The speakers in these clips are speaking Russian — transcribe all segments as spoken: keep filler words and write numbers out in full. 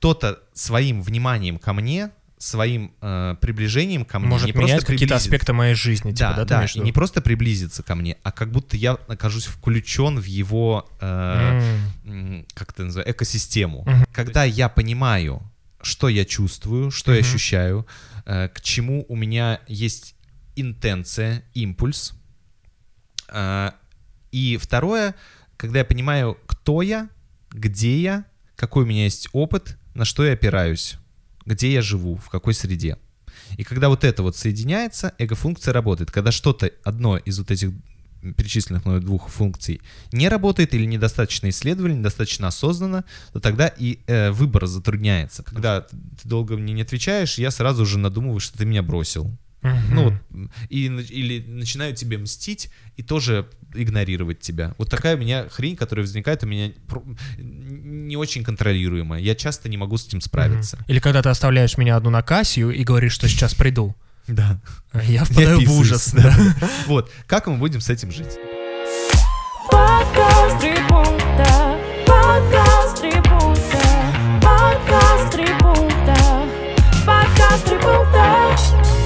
кто-то своим вниманием ко мне, своим э, приближением ко мне может не менять просто какие-то аспекты моей жизни, типа, да, да, да, и не просто приблизиться ко мне, а как будто я окажусь включен в его, э, mm. как это называется, экосистему. Mm-hmm. Когда я понимаю, что я чувствую, что mm-hmm. я ощущаю, э, к чему у меня есть интенция, импульс. Э, и второе, когда я понимаю, кто я, где я, какой у меня есть опыт, на что я опираюсь, где я живу, в какой среде. И когда вот это вот соединяется, эго-функция работает. Когда что-то, одно из вот этих перечисленных мной двух функций не работает или недостаточно исследовали, недостаточно осознанно, то тогда и э, выбор затрудняется. Когда ты долго мне не отвечаешь, я сразу же надумываю, что ты меня бросил. Uh-huh. Ну, и, или начинаю тебе мстить и тоже игнорировать тебя. Вот такая у меня хрень, которая возникает у меня не очень контролируемая. Я часто не могу с этим справиться. Uh-huh. Или когда ты оставляешь меня одну на кассию и говоришь, что сейчас приду. Да. Я впадаю в ужас. Да. Вот. Как мы будем с этим жить? Подкаст три пункта. Подкаст три пункта. Подкаст три пункта. Подкаст три пункта.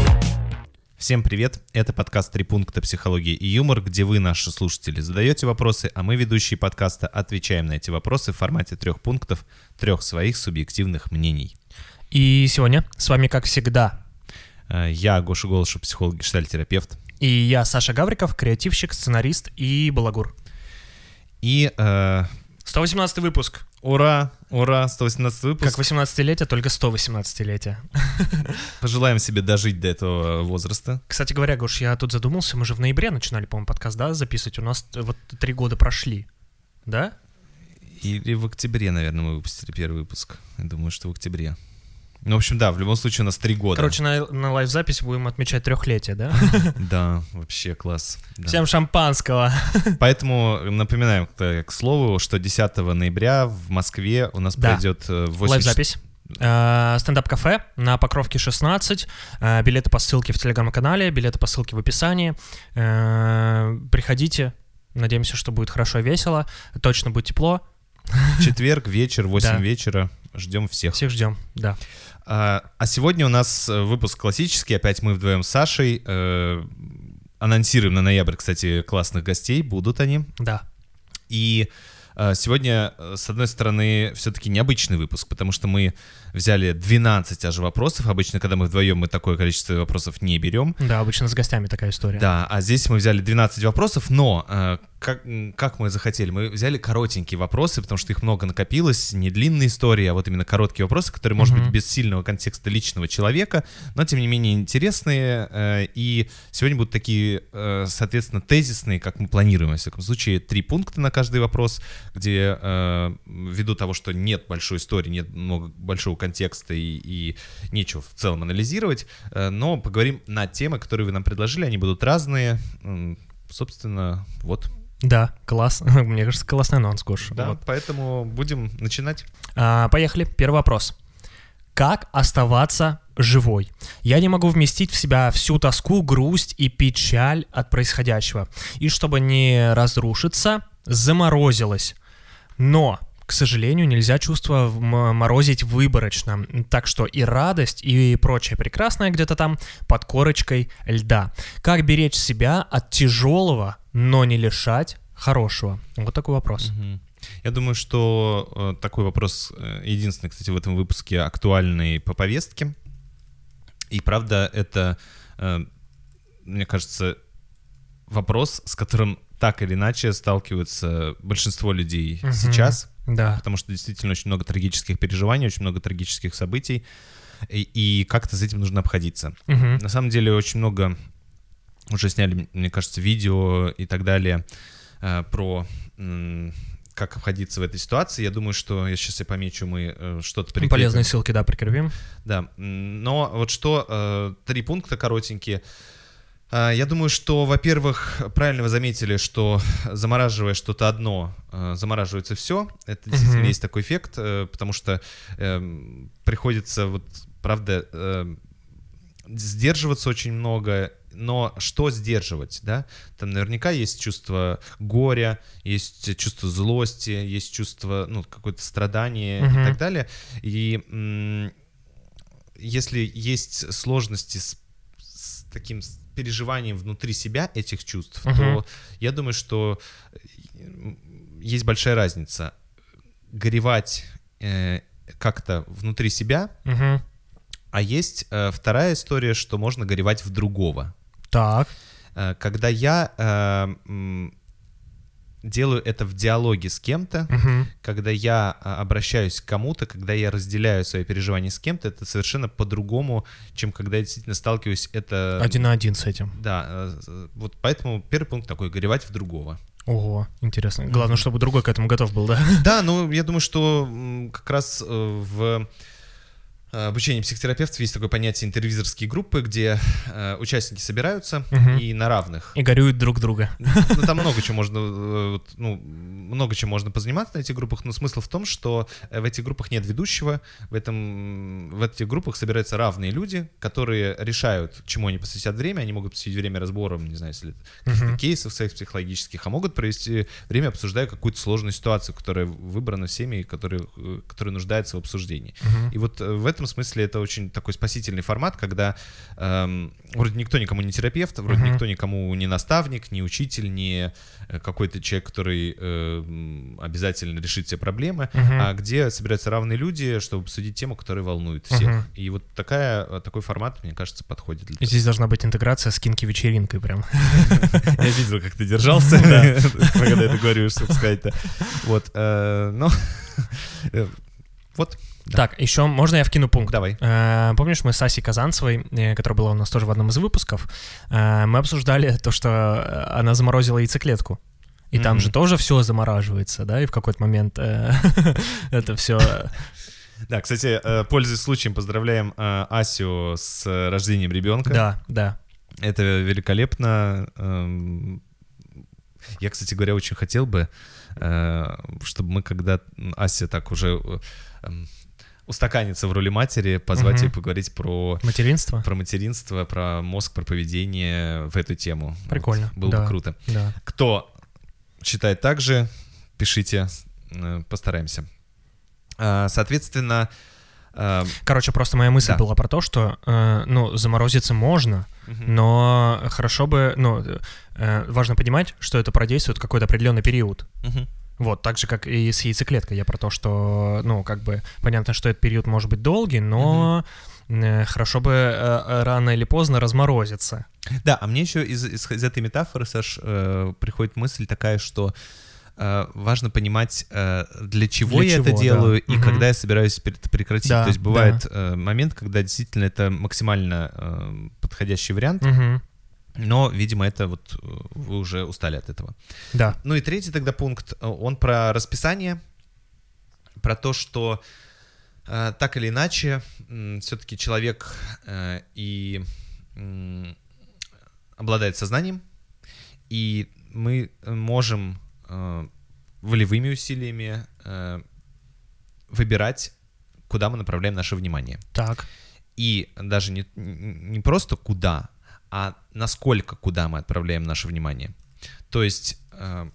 Всем привет, это подкаст «Три пункта. Психология и юмор», где вы, наши слушатели, задаете вопросы, а мы, ведущие подкаста, отвечаем на эти вопросы в формате трех пунктов, трех своих субъективных мнений. И сегодня с вами, как всегда, я, Гоша Голышев, психолог, гештальт-терапевт. И я, Саша Гавриков, креативщик, сценарист и балагур. И... Э... сто восемнадцатый выпуск. Ура, ура, сто восемнадцатый выпуск. Как восемнадцатилетие, только сто восемнадцатилетие. Пожелаем себе дожить до этого возраста. Кстати говоря, Гош, я тут задумался, мы же в ноябре начинали, по-моему, подкаст, да, записывать. У нас вот три года прошли, да? Или в октябре, наверное, мы выпустили первый выпуск. Я думаю, что в октябре. Ну, в общем, да, в любом случае у нас три года. Короче, на, на лайв-записи будем отмечать трехлетие, да? Да, вообще класс. Да. Всем шампанского. Поэтому напоминаем, к слову, что десятого ноября в Москве у нас да. пройдет восемь... лайв-запись. Стендап-кафе на Покровке шестнадцать. Билеты по ссылке в телеграм-канале, билеты по ссылке в описании. Приходите. Надеемся, что будет хорошо и весело. Точно будет тепло. Четверг, вечер, восемь да. вечера. Ждем всех. Всех ждем, да. А, а сегодня у нас выпуск классический. Опять мы вдвоем с Сашей. Э, анонсируем на ноябрь, кстати, классных гостей. Будут они. Да. И э, сегодня, с одной стороны, все-таки необычный выпуск, потому что мы взяли двенадцать аж вопросов. Обычно, когда мы вдвоем, мы такое количество вопросов не берем. Да, обычно с гостями такая история. Да, а здесь мы взяли двенадцать вопросов, но э, как, как мы захотели? Мы взяли коротенькие вопросы, потому что их много накопилось, не длинные истории, а вот именно короткие вопросы, которые, может mm-hmm. быть, без сильного контекста личного человека, но, тем не менее, интересные. Э, и сегодня будут такие, э, соответственно, тезисные, как мы планируем, во всяком случае, три пункта на каждый вопрос, где э, ввиду того, что нет большой истории, нет много большого контекста и, и нечего в целом анализировать, э, но поговорим на темы, которые вы нам предложили, они будут разные. Э, собственно, вот. Да, класс. Мне кажется, классный анонс, Гош. Да, вот. Поэтому будем начинать. А, поехали. Первый вопрос. Как оставаться живой? Я не могу вместить в себя всю тоску, грусть и печаль от происходящего. И чтобы не разрушиться, заморозилась. Но, к сожалению, нельзя чувства морозить выборочно. Так что и радость, и прочее прекрасное где-то там под корочкой льда. Как беречь себя от тяжелого, но не лишать хорошего? Вот такой вопрос. Угу. Я думаю, что э, такой вопрос э, единственный, кстати, в этом выпуске актуальный по повестке. И правда, это, э, мне кажется, вопрос, с которым так или иначе сталкиваются большинство людей угу. сейчас. Да. Потому что действительно очень много трагических переживаний, очень много трагических событий. И, и как-то с этим нужно обходиться. Угу. На самом деле очень много уже сняли, мне кажется, видео и так далее э, про э, как обходиться в этой ситуации. Я думаю, что я сейчас я помечу, мы э, что-то прикрепим. Полезные ссылки, да, прикрепим. Да, но вот что, э, три пункта коротенькие. Э, я думаю, что, во-первых, правильно вы заметили, что замораживая что-то одно, э, замораживается все. Это действительно mm-hmm. есть такой эффект, э, потому что э, приходится, вот, правда, э, сдерживаться очень много, но что сдерживать, да? Там наверняка есть чувство горя, есть чувство злости, есть чувство, ну, какое-то страдание Мгм. и так далее. И м, если есть сложности с, с таким с переживанием внутри себя этих чувств, Мгм. то я думаю, что есть большая разница. Горевать э, как-то внутри себя, Мгм. а есть э, вторая история, что можно горевать в другого. Так. Э, когда я э, м, делаю это в диалоге с кем-то, Мгм. когда я а, обращаюсь к кому-то, когда я разделяю свои переживания с кем-то, это совершенно по-другому, чем когда я действительно сталкиваюсь. Это Один на один с этим. да, э, вот поэтому первый пункт такой: горевать в другого. Ого, интересно. Главное, чтобы другой к этому готов был, да? Да, ну я думаю, что м, как раз э, в э, обучении психотерапевтов есть такое понятие интервизорские группы, где э, участники собираются Мгм. и на равных. И горюют друг друга. Ну, там много чего можно, э, вот, ну, много чем можно позаниматься на этих группах, но смысл в том, что э, в этих группах нет ведущего, в, этом, в этих группах собираются равные люди, которые решают, чему они посвятят время, они могут посвятить время разборам, не знаю, если каких-то Мгм. кейсов своих психологических, а могут провести время, обсуждая какую-то сложную ситуацию, которая выбрана всеми и которая, э, которая нуждается в обсуждении. Мгм. И вот э, в этом смысле это очень такой спасительный формат, когда эм, вроде никто никому не терапевт, вроде Мгм. никто никому не наставник, не учитель, не э, какой-то человек, который э, м, обязательно решит все проблемы, Мгм. а где собираются равные люди, чтобы обсудить тему, которая волнует всех. Мгм. И вот такая, такой формат, мне кажется, подходит для И здесь должна быть интеграция с кинки-вечеринкой прям. Я видел, как ты держался, когда я это говорю, чтобы сказать-то. Вот, э, ну, э, вот. Да. Так, еще можно я вкину пункт? Давай. Э, Помнишь, мы с Асей Казанцевой, э, которая была у нас тоже в одном из выпусков, э, мы обсуждали то, что э, она заморозила яйцеклетку. И там Мгм. же тоже все замораживается, да, и в какой-то момент э, это все... Да, кстати, э, пользуясь случаем, поздравляем э, Асю с э, рождением ребенка. Да, да. Это великолепно. Эм, Я, кстати говоря, очень хотел бы, э, чтобы мы, когда Ася так уже э, эм, устаканится в роли матери, позвать Мгм. ее поговорить про, Материнство? про материнство, про мозг, про поведение в эту тему. Прикольно, Вот, было да. бы круто. Да. Кто считает так же, пишите, э, постараемся. А, Соответственно, э, Короче, просто моя мысль Да. была про то, что, э, ну, заморозиться можно, мгм. но хорошо бы, ну, э, важно понимать, что это продействует какой-то определенный период. Мгм. Вот, так же, как и с яйцеклеткой. Я про то, что, ну, как бы, понятно, что этот период может быть долгий, но э, хорошо бы э, рано или поздно разморозиться. Да, а мне еще из, из, из этой метафоры, Саш, э, приходит мысль такая, что э, важно понимать, э, для чего Для я чего, это делаю да. и Мгм. когда я собираюсь пер- это прекратить. Да, То есть бывает да. э, момент, когда действительно это максимально э, подходящий вариант, Мгм. но, видимо, это вот э, вы уже устали от этого. Да. Ну и третий тогда пункт, э, он про расписание, про то, что э, так или иначе все-таки человек э, и м, обладает сознанием, и мы можем э, волевыми усилиями э, выбирать, куда мы направляем наше внимание. Так. И даже не, не просто куда, а насколько куда мы отправляем наше внимание. То есть э,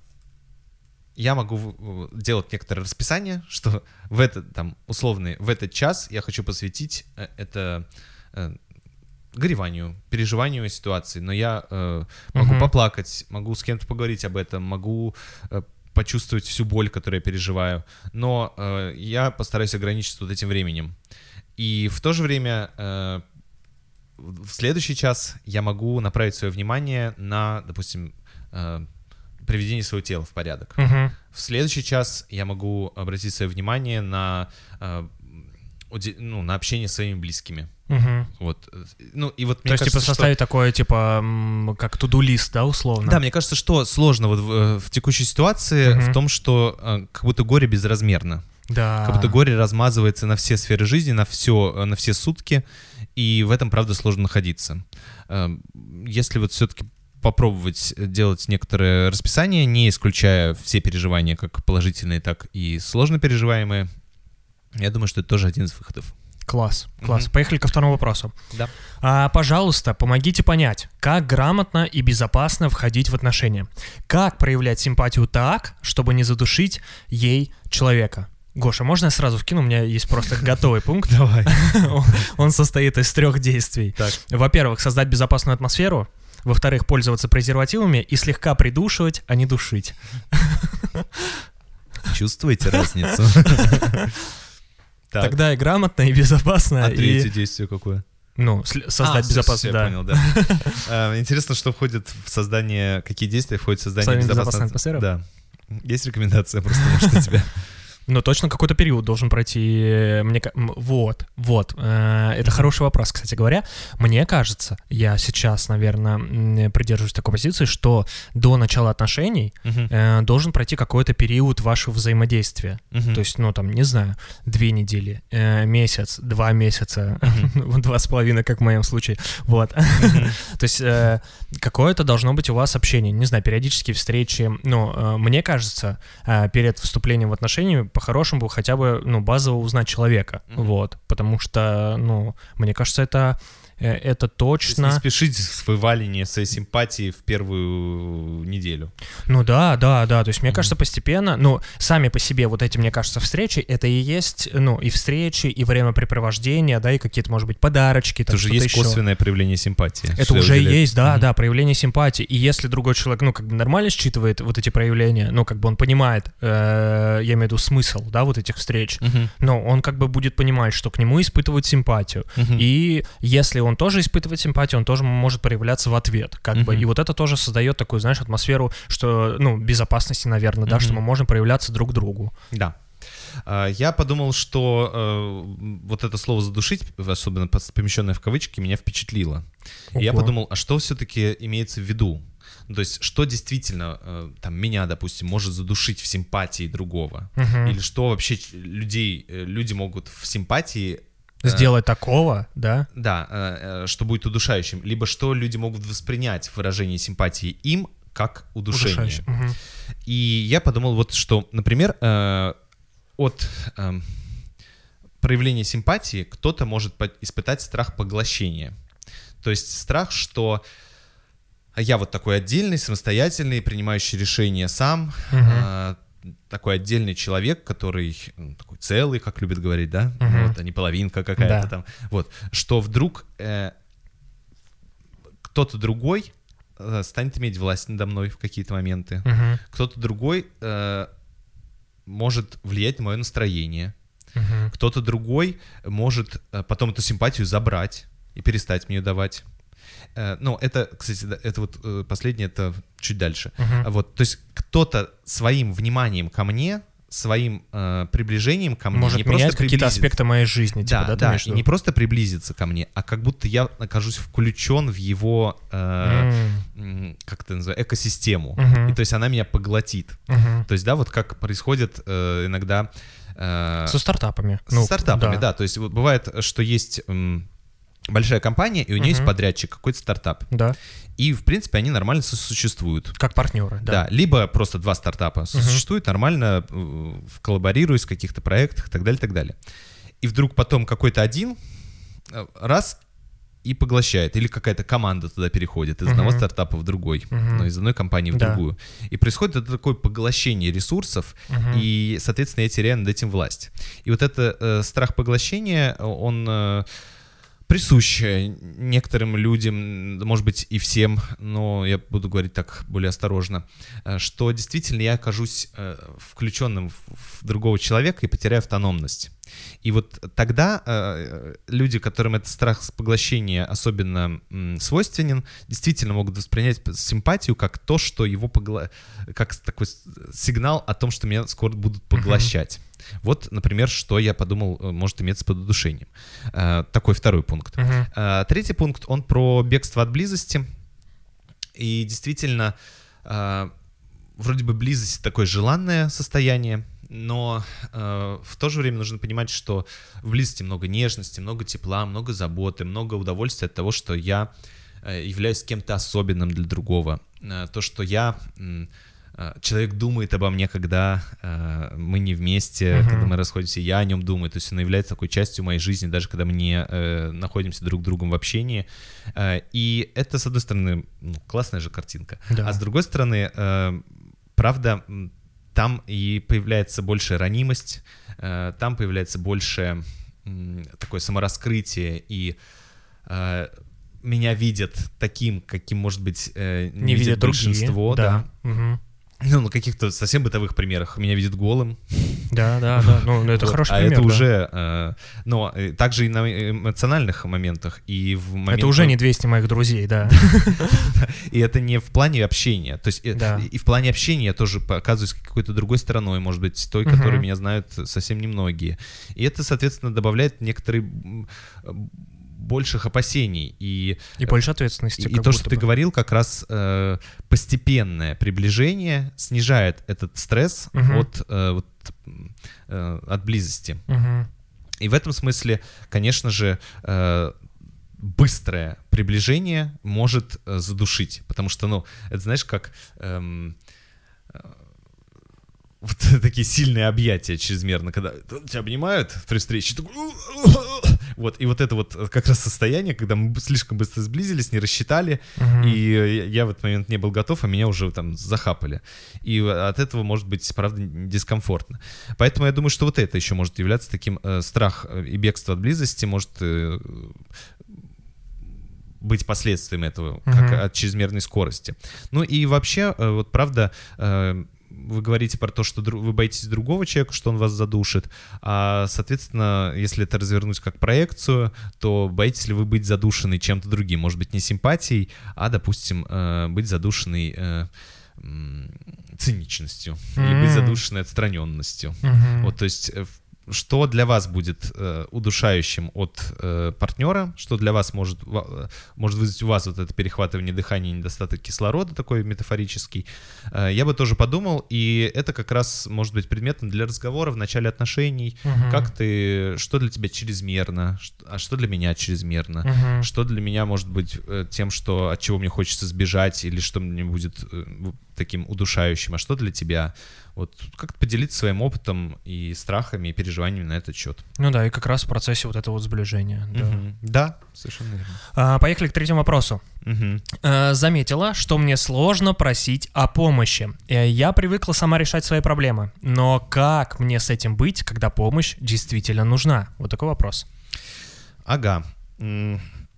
я могу в- в- делать некоторое расписание, что в этот, там, условный, в этот час я хочу посвятить э, это э, гореванию, переживанию ситуации, но я э, могу Мгм. поплакать, могу с кем-то поговорить об этом, могу э, почувствовать всю боль, которую я переживаю, но э, я постараюсь ограничиться вот этим временем. И в то же время э, в следующий час я могу направить свое внимание на, допустим, э, приведение своего тела в порядок. Мгм. В следующий час я могу обратить свое внимание на, э, уде- ну, на общение с своими близкими. Мгм. Вот. Ну, и вот То мне есть, типа, кажется, что- составить такое, типа, м, как to-do-лист, да, условно? Да, мне кажется, что сложно вот в, э, в текущей ситуации Мгм. в том, что э, как будто горе безразмерно. Да. Как будто горе размазывается на все сферы жизни, на все, на все сутки, и в этом, правда, сложно находиться. Э, Если вот все-таки попробовать делать некоторое расписание, не исключая все переживания, как положительные, так и сложно переживаемые, я думаю, что это тоже один из выходов. Класс, класс. Мгм. Поехали ко второму вопросу. Да. А, пожалуйста, помогите понять, как грамотно и безопасно входить в отношения. Как проявлять симпатию так, чтобы не задушить ей человека? Гоша, можно я сразу вкину? У меня есть просто готовый пункт. Давай. Он- Он состоит из трех действий. Так. Во-первых, создать безопасную атмосферу. Во-вторых, пользоваться презервативами и слегка придушивать, а не душить. Чувствуете разницу? Так. Тогда и грамотно, и безопасно, А и, третье действие какое? ну, сл- создать А, всё, безопасную, всё, я да. понял, да. А, Интересно, что входит в создание, какие действия входят в создание Создание безопасной безопасной атмосферы? Да. Есть рекомендация просто, может, у тебя? Но точно какой-то период должен пройти. э, Мне, ка- м, вот, вот. э, Это хороший вопрос, кстати говоря. Мне кажется, я сейчас, наверное, м, придерживаюсь такой позиции, что до начала отношений Мгм. э, должен пройти какой-то период вашего взаимодействия. Мгм. То есть, ну, там, не знаю, две недели, э, месяц, два месяца, два с половиной, как в моем случае. Вот. То есть э, какое-то должно быть у вас общение, не знаю, периодические встречи. Ну, э, мне кажется, э, перед вступлением в отношения по-хорошему бы хотя бы, ну, базово узнать человека. Мгм. Вот. Потому что, ну, мне кажется, это, э, это То есть не точно... спешить с вываливанием своей симпатии в первую неделю. Ну да, да, да, то есть мне кажется постепенно, ну сами по себе вот эти, мне кажется, встречи, это и есть, ну и встречи, и времяпрепровождения, да, и какие-то, может быть, подарочки, там Это же что-то есть еще. косвенное проявление симпатии. Это что уже уделяет. есть, да, Мгм. да, проявление симпатии. И если другой человек, ну, как бы нормально считывает вот эти проявления, ну, как бы он понимает, э, я имею в виду смысл, да, вот этих встреч, Мгм. но он как бы будет понимать, что к нему испытывают симпатию. Мгм. И если он тоже испытывает симпатию, он тоже может проявляться в ответ, как бы. Мгм. И вот это тоже создает такую, знаешь, атмосферу, что, ну, безопасности, наверное, да, Мгм. что мы можем проявляться друг другу. Да. А, Я подумал, что э, вот это слово «задушить», особенно пос- помещенное в кавычки, меня впечатлило. И я Ого. подумал, а что все-таки имеется в виду? Ну, то есть, что действительно э, там меня, допустим, может задушить в симпатии другого? Мгм. Или что вообще ч- людей, э, люди могут в симпатии... э, Сделать такого, да? Да, э, э, что будет удушающим. Либо что люди могут воспринять в выражении симпатии им как удушение. Удушающе. Мгм. И я подумал вот что, например, э, от э, проявления симпатии кто-то может по- испытать страх поглощения. То есть страх, что я вот такой отдельный, самостоятельный, принимающий решения сам, Мгм. э, такой отдельный человек, который ну, такой целый, как любят говорить, да, Мгм. вот, а не половинка какая-то Да. там, вот, что вдруг э, кто-то другой э, станет иметь власть надо мной в какие-то моменты, Мгм. кто-то другой э, может влиять на мое настроение, Мгм. кто-то другой может э, потом эту симпатию забрать и перестать мне ее давать. Э, ну, это, кстати, да, это вот э, последнее, это чуть дальше. Мгм. А Вот, то есть кто-то своим вниманием ко мне, своим э, приближением ко мне Может не менять просто какие-то приблизится- аспекты моей жизни, типа, Да, да, ты да, имеешь в и виду? не просто приблизиться ко мне, а как будто я окажусь включен в его, э, М. м, как это называется, экосистему. Мгм. И то есть она меня поглотит. Мгм. То есть, да, вот как происходит э, иногда... э, Со стартапами. с Ну, стартапами, да. То есть вот бывает, что есть м, большая компания, и у нее есть Мгм. подрядчик, какой-то стартап. Да, И, в принципе, они нормально су- существуют. как партнеры, Да. да. либо просто два стартапа существуют нормально, э, коллаборируясь в каких-то проектах и так далее, и так далее. И вдруг потом какой-то один э, раз и поглощает, или какая-то команда туда переходит из одного Мгм. стартапа в другой, Мгм. ну, из одной компании в Да. другую. И происходит это такое поглощение ресурсов, Мгм. и, соответственно, я теряю над этим власть. И вот это э, страх поглощения, он э, присущ э, некоторым людям, может быть, и всем, но я буду говорить так более осторожно, э, что действительно я окажусь э, включенным в, в другого человека и потеряю автономность. И вот тогда э, люди, которым этот страх поглощения особенно м, свойственен, действительно могут воспринять симпатию как то, что его погла... как такой с- сигнал о том, что меня скоро будут поглощать. Вот, например, что я подумал, э, может иметься под удушением. Э, такой второй пункт. Мгм. Э, третий пункт, он про бегство от близости. И действительно, э, вроде бы близость такое желанное состояние, но э, в то же время нужно понимать, что в близости много нежности, много тепла, много заботы, много удовольствия от того, что я э, являюсь кем-то особенным для другого. Э, то, что я м, человек думает обо мне, когда э, мы не вместе, uh-huh. когда мы расходимся, я о нем думаю. То есть он является такой частью моей жизни, даже когда мы не э, находимся друг с другом в общении. Э, и это, с одной стороны, ну, классная же картинка. Да. А с другой стороны, э, правда, там и появляется большая ранимость, э, там появляется больше э, такое самораскрытие, и э, меня видят таким, каким, может быть, э, не, не видят большинство. Да. Да. Угу. Ну, на каких-то совсем бытовых примерах. Меня видят голым. Да, да, да. Ну, это вот. хороший а пример. А это да. уже... Э, но также и на эмоциональных моментах, и в моментах... Это уже не двести моих друзей, да. И это не в плане общения. То есть и в плане общения я тоже оказываюсь какой-то другой стороной, может быть, той, которой меня знают совсем немногие. И это, соответственно, добавляет некоторые... больших опасений и и больше ответственности. И, и то, что бы. ты говорил, как раз э, постепенное приближение снижает этот стресс uh-huh. от э, вот, э, от близости. Uh-huh. И в этом смысле, конечно же, э, быстрое приближение может э, задушить, потому что, ну, это знаешь, как эм, э, вот такие сильные объятия чрезмерно, когда тебя обнимают при встрече, такой... Вот, и вот это вот как раз состояние, когда мы слишком быстро сблизились, не рассчитали, uh-huh. и я в этот момент не был готов, а меня уже там захапали. И от этого может быть, правда, дискомфортно. Поэтому я думаю, что вот это еще может являться таким э, страх и бегство от близости, может э, быть последствием этого, uh-huh. как от чрезмерной скорости. Ну и вообще, э, вот правда... Э, вы говорите про то, что вы боитесь другого человека, что он вас задушит, а, соответственно, если это развернуть как проекцию, то боитесь ли вы быть задушенной чем-то другим? Может быть, не симпатией, а, допустим, быть задушенной э, циничностью, mm-hmm. или быть задушенной отстраненностью. Mm-hmm. Вот, то есть... Что для вас будет э, удушающим от э, партнера, что для вас может, в, может вызвать у вас вот это перехватывание дыхания, недостаток кислорода такой метафорический, э, я бы тоже подумал, и это как раз может быть предметом для разговора в начале отношений, uh-huh. как ты, что для тебя чрезмерно, что, а что для меня чрезмерно, uh-huh. что для меня может быть э, тем, что, от чего мне хочется сбежать, или что мне будет э, таким удушающим, а что для тебя. Вот как-то поделиться своим опытом и страхами, и переживаниями на этот счет. Ну да, и как раз в процессе вот этого вот сближения. Да, угу. да совершенно верно. А, поехали к третьему вопросу. Угу. А, заметила, что мне сложно просить о помощи. Я привыкла сама решать свои проблемы. Но как мне с этим быть, когда помощь действительно нужна? Вот такой вопрос. Ага. Ну,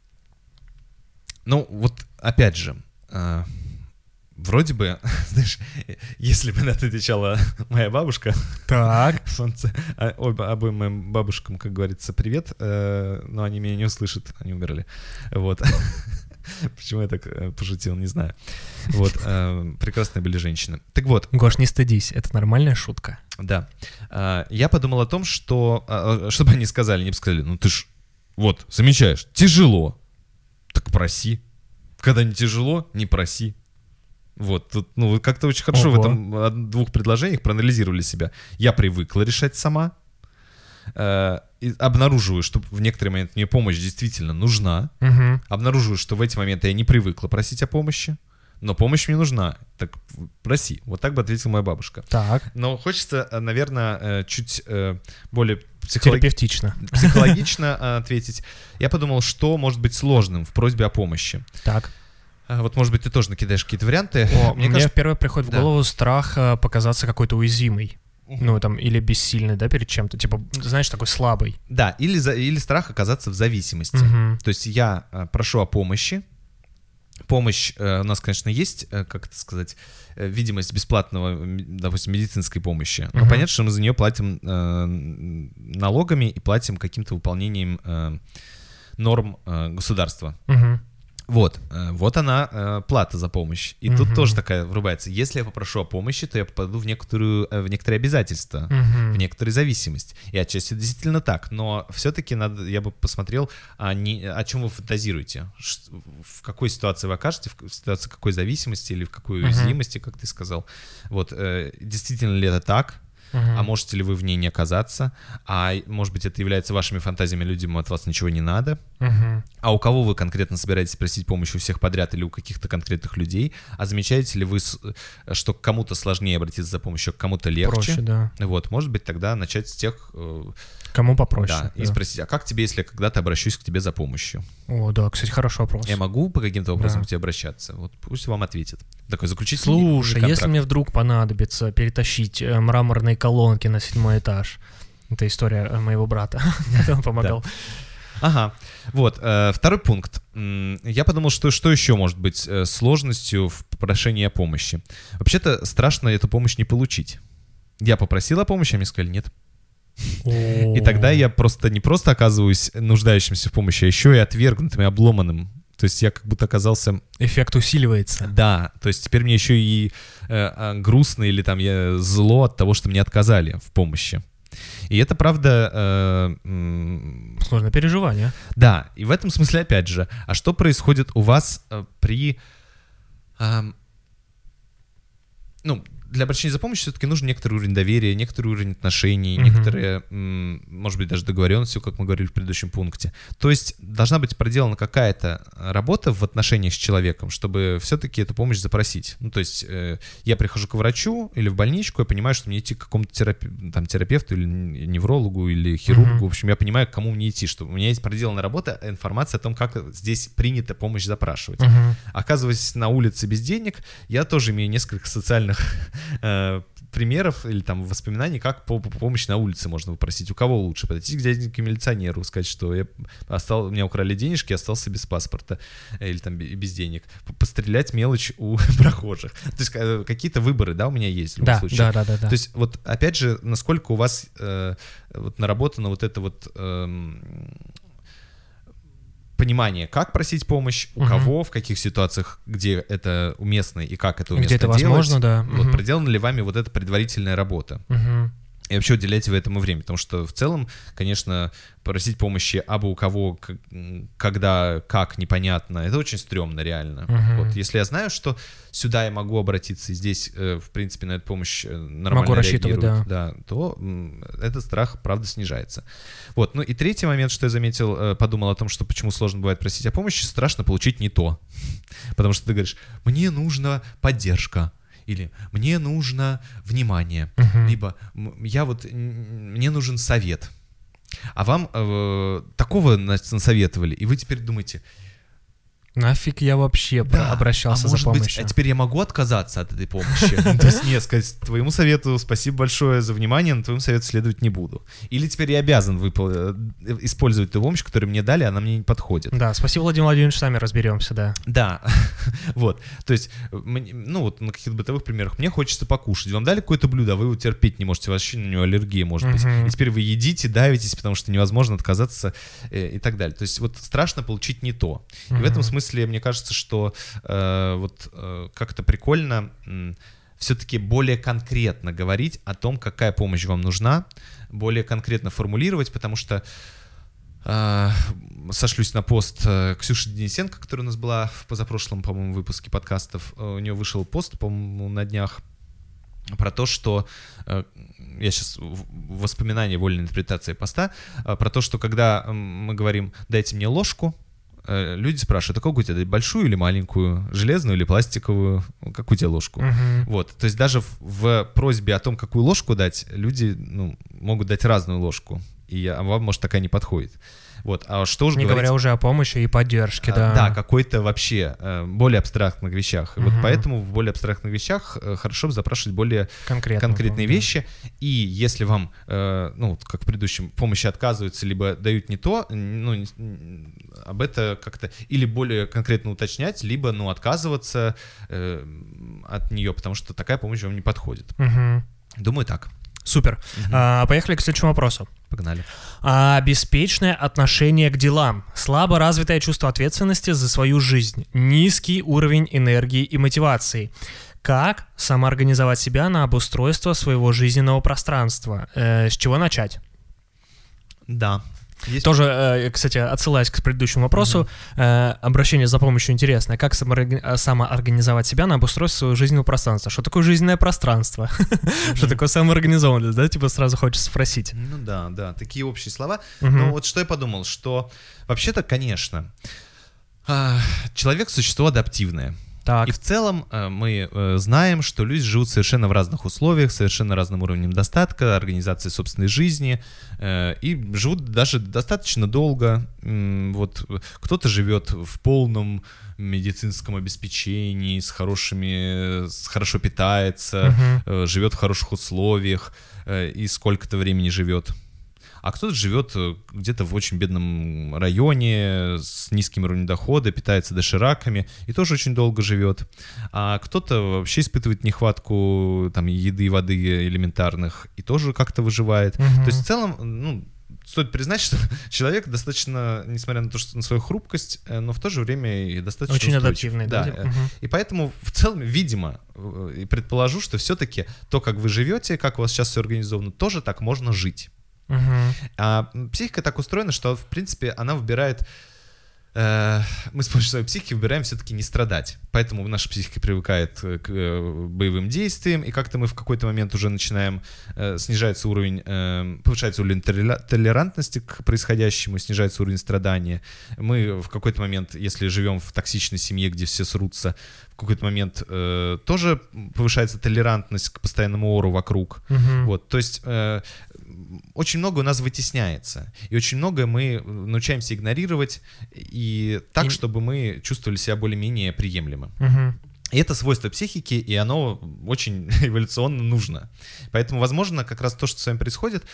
вот опять же... Вроде бы, знаешь, если бы на это отвечала моя бабушка, так, солнце, оба, обоим моим бабушкам, как говорится, привет, э, но они меня не услышат, они умерли, вот. Почему я так пошутил, не знаю. Вот, э, прекрасные были женщины. Так вот. Гош, не стыдись, это нормальная шутка. Да. Э, я подумал о том, что, э, чтобы они сказали, не бы сказали, ну ты ж, вот, замечаешь, тяжело, так проси. Когда не тяжело, не проси. Вот, тут, ну, вы как-то очень хорошо Ого. в этом двух предложениях проанализировали себя. Я привыкла решать сама, э, и обнаруживаю, что в некоторые моменты мне помощь действительно нужна, угу. обнаруживаю, что в эти моменты я не привыкла просить о помощи, но помощь мне нужна, так проси. Вот так бы ответила моя бабушка. Так. Но хочется, наверное, чуть более психолог... терапевтично, психологично ответить. Я подумал, что может быть сложным в просьбе о помощи. Так. Вот, может быть, ты тоже накидаешь какие-то варианты. О, мне мне кажется... первое приходит да. в голову страх показаться какой-то уязвимой. Uh-huh. Ну, там, или бессильной, да, перед чем-то. Типа, знаешь, такой слабый. Да, или, за... или страх оказаться в зависимости. Uh-huh. То есть я прошу о помощи. Помощь э, у нас, конечно, есть, э, как это сказать, э, видимость бесплатного, допустим, медицинской помощи. Но uh-huh. понятно, что мы за нее платим э, налогами и платим каким-то выполнением э, норм э, государства. Uh-huh. Вот, вот она, э, плата за помощь. И uh-huh. тут тоже такая врубается. Если я попрошу о помощи, то я попаду в некоторую, в некоторые обязательства, uh-huh. в некоторую зависимость. И отчасти действительно так. Но все-таки надо, я бы посмотрел, а не, о чем вы фантазируете. В какой ситуации вы окажете, в ситуации какой зависимости или в какой уязвимости, uh-huh. как ты сказал. Вот, э, действительно ли это так? uh-huh. а можете ли вы в ней не оказаться, а может быть это является вашими фантазиями, людям от вас ничего не надо, uh-huh. а у кого вы конкретно собираетесь просить помощи, у всех подряд или у каких-то конкретных людей, а замечаете ли вы, что к кому-то сложнее обратиться за помощью, а к кому-то легче, проще, да. Вот, может быть тогда начать с тех... Кому попроще. Да, да, и спросить, а как тебе, если я когда-то обращусь к тебе за помощью? О, да, кстати, хороший вопрос. Я могу по каким-то образом да. к тебе обращаться? Вот пусть вам ответит. Такой заключительный Слушай, контракт. если мне вдруг понадобится перетащить мраморные колонки на седьмой этаж, это история моего брата, он помогал. Ага, вот, э, второй пункт. Я подумал, что, что еще может быть э, сложностью в прошении о помощи. Вообще-то страшно эту помощь не получить. Я попросил о помощи, а мне сказали нет. И тогда я просто не просто оказываюсь нуждающимся в помощи, а еще и отвергнутым и обломанным. То есть я как будто оказался... Эффект усиливается. Да, то есть теперь мне еще и э, грустно или там я зло от того, что мне отказали в помощи. И это, правда... Э, м- Сложное переживание. Да, и в этом смысле, опять же, а что происходит у вас э, при... Э, ну, для обращения за помощью все-таки нужен некоторый уровень доверия, некоторый уровень отношений, uh-huh. некоторые, м- может быть, даже договоренности, как мы говорили в предыдущем пункте. То есть должна быть проделана какая-то работа в отношениях с человеком, чтобы все-таки эту помощь запросить. Ну, то есть э, я прихожу к врачу или в больничку, я понимаю, что мне идти к какому-то терапи- там, терапевту или неврологу или хирургу. Uh-huh. В общем, я понимаю, к кому мне идти, что у меня есть проделана работа, информация о том, как здесь принято помощь запрашивать. Uh-huh. Оказываясь на улице без денег, я тоже имею несколько социальных примеров или там воспоминаний, как по, по помощи на улице можно попросить. У кого лучше? Подойти к дяденьке милиционеру, сказать, что я остал, у меня украли денежки, остался без паспорта или там без денег. Пострелять мелочь у прохожих. То есть какие-то выборы, да, у меня есть в любом да, случае. Да, да, да, да. То есть вот опять же, насколько у вас э, вот наработано вот это вот... Э, понимание, как просить помощь, у uh-huh. кого, в каких ситуациях, где это уместно и как это уместно где это делать. Возможно, да. Вот uh-huh. проделана ли вами вот эта предварительная работа. Uh-huh. И вообще уделяйте вы этому время, потому что в целом, конечно, просить помощи абы у кого, когда, как, непонятно, это очень стрёмно реально. Uh-huh. Вот, если я знаю, что сюда я могу обратиться, и здесь, в принципе, на эту помощь нормально могу рассчитывать, реагируют, да. Да, то этот страх, правда, снижается. Вот, ну и третий момент, что я заметил, подумал о том, что почему сложно бывает просить о помощи, страшно получить не то. Потому что ты говоришь, мне нужна поддержка. Или мне нужно внимание, uh-huh. либо я вот, мне нужен совет. А вам э, такого насоветовали, и вы теперь думаете... Нафиг я вообще да, обращался а за помощью? Быть, а теперь я могу отказаться от этой помощи? То есть нет, сказать, твоему совету спасибо большое за внимание, но твоему совету следовать не буду. Или теперь я обязан использовать ту помощь, которую мне дали, она мне не подходит. Да, спасибо, Владимир Владимирович, сами разберемся, да. Да, вот, то есть, ну вот на каких-то бытовых примерах, мне хочется покушать, вам дали какое-то блюдо, а вы его терпеть не можете, вообще на него аллергия может быть, и теперь вы едите, давитесь, потому что невозможно отказаться и так далее. То есть вот страшно получить не то. И в этом смысле мне кажется, что э, вот э, как-то прикольно э, все-таки более конкретно говорить о том, какая помощь вам нужна, более конкретно формулировать, потому что э, сошлюсь на пост э, Ксюши Денисенко, которая у нас была в позапрошлом, по-моему, выпуске подкастов. Э, у нее вышел пост, по-моему, на днях про то, что э, я сейчас в воспоминании вольной интерпретации поста, э, про то, что когда мы говорим «дайте мне ложку», люди спрашивают, а какую тебе дать, большую или маленькую, железную или пластиковую, какую тебе ложку? Uh-huh. Вот, то есть даже в, в просьбе о том, какую ложку дать, люди ну, могут дать разную ложку, и а вам, может, такая не подходит. Вот, а что же не говорить... говоря уже о помощи и поддержке, а, да. Да, какой-то вообще э, более абстрактных вещах. Uh-huh. Вот поэтому в более абстрактных вещах э, хорошо бы запрашивать более Конкретно, конкретные да. вещи. И если вам, э, ну, как в предыдущем, помощи отказываются, либо дают не то, ну, не, об это как-то или более конкретно уточнять, либо, ну, отказываться э, от нее, потому что такая помощь вам не подходит. Uh-huh. Думаю, так. Супер. Угу. А, поехали к следующему вопросу. Погнали. А, беспечное отношение к делам, слабо развитое чувство ответственности за свою жизнь, низкий уровень энергии и мотивации. Как самоорганизовать себя на обустройство своего жизненного пространства? Э, с чего начать? Да. Есть... Тоже, э, кстати, отсылаясь к предыдущему вопросу, mm-hmm. э, обращение за помощью интересное. Как самоорг... самоорганизовать себя на обустройство своего жизненного пространства? Что такое жизненное пространство? Mm-hmm. Что такое самоорганизованность? Да, типа сразу хочется спросить. Ну да, да, такие общие слова. Mm-hmm. Но вот что я подумал, что вообще-то, конечно, человек — существо адаптивное. Так. И в целом э, мы э, знаем, что люди живут совершенно в разных условиях, совершенно разным уровнем достатка, организации собственной жизни, э, и живут даже достаточно долго. М- вот кто-то живет в полном медицинском обеспечении, с хорошими, с, хорошо питается, uh-huh. э, живет в хороших условиях э, и сколько-то времени живет. А кто-то живет где-то в очень бедном районе с низким уровнем дохода, питается дошираками и тоже очень долго живет. А кто-то вообще испытывает нехватку там, еды и воды элементарных и тоже как-то выживает. Угу. То есть в целом, ну, стоит признать, что человек достаточно, несмотря на то, что на свою хрупкость, но в то же время и достаточно очень устойчив. адаптивный. Да. Да? Угу. И поэтому в целом, видимо, и предположу, что все-таки то, как вы живете, как у вас сейчас все организовано, тоже так можно жить. Uh-huh. А психика так устроена, что, в принципе, она выбирает... Э, мы с помощью своей психики выбираем все-таки не страдать. Поэтому наша психика привыкает к э, боевым действиям, и как-то мы в какой-то момент уже начинаем... Э, снижается уровень... Э, повышается уровень толерантности к происходящему, снижается уровень страдания. Мы в какой-то момент, если живем в токсичной семье, где все срутся, в какой-то момент э, тоже повышается толерантность к постоянному ору вокруг. Uh-huh. Вот, то есть... Э, очень много у нас вытесняется, и очень многое мы научаемся игнорировать, и так, и... чтобы мы чувствовали себя более-менее приемлемо. Угу. И это свойство психики, и оно очень эволюционно нужно. Поэтому, возможно, как раз то, что с вами происходит,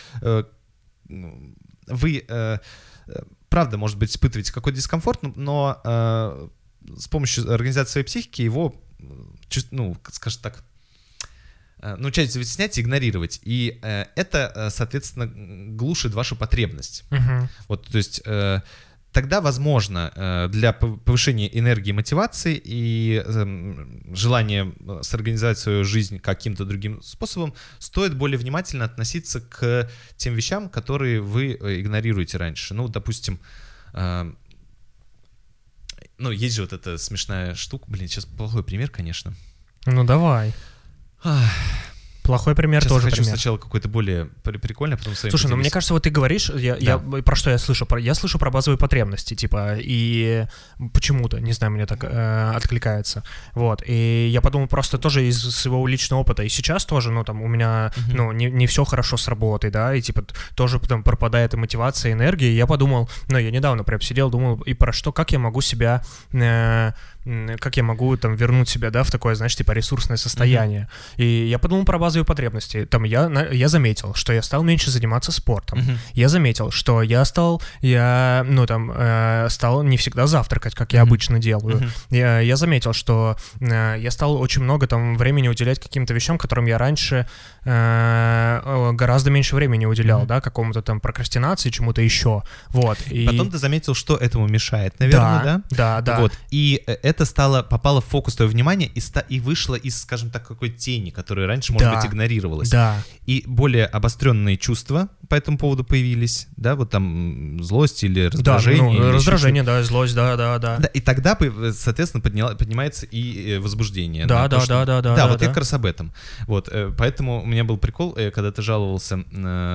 вы, правда, может быть, испытываете какой-то дискомфорт, но с помощью организации своей психики его, ну, скажем так, научаетесь вытеснять и игнорировать. И э, это, соответственно, глушит вашу потребность. Uh-huh. Вот, то есть э, тогда, возможно, э, для повышения энергии и мотивации и э, желания сорганизовать свою жизнь каким-то другим способом, стоит более внимательно относиться к тем вещам, которые вы игнорируете раньше. Ну, допустим, э, ну, есть же вот эта смешная штука. Блин, сейчас плохой пример, конечно. Ну, давай. Плохой пример. Сейчас тоже я хочу пример. Сначала какой-то более прикольный, а потом своим Слушай, поделюсь. ну мне кажется, вот ты говоришь, я, да. я про что я слышу? Про, я слышу про базовые потребности, типа, и почему-то, не знаю, мне так э, откликается. Вот, и я подумал просто тоже из своего личного опыта, и сейчас тоже, ну, там, у меня, uh-huh. ну, не, не все хорошо с работой, да, и, типа, тоже потом пропадает и мотивация, и энергия, и я подумал, ну, я недавно прям сидел, думал, и про что, как я могу себя... Э, как я могу там вернуть себя, да, в такое, знаешь, типа ресурсное состояние. Uh-huh. И я подумал про базовые потребности. Там я, я заметил, что я стал меньше заниматься спортом. Uh-huh. Я заметил, что я стал, я, ну там, э, стал не всегда завтракать, как я uh-huh. обычно делаю. Uh-huh. Я, я заметил, что э, я стал очень много там времени уделять каким-то вещам, которым я раньше э, гораздо меньше времени уделял, uh-huh. да, какому-то там прокрастинации, чему-то еще. Вот. И... Потом ты заметил, что этому мешает, наверное, да? Да, да, да. Вот. И это стало, попало в фокус твоего внимания и, ста, и вышло из, скажем так, какой-то тени, которая раньше, может да, быть, игнорировалась. Да. И более обостренные чувства по этому поводу появились, да, вот там злость или раздражение. Да, ну, раздражение, да, злость, да, да, да. Да, и тогда, соответственно, подняла, поднимается и возбуждение. Да, да, то, что... да, да, да. Да, да, вот да. я как раз об этом. Вот, поэтому у меня был прикол, когда ты жаловался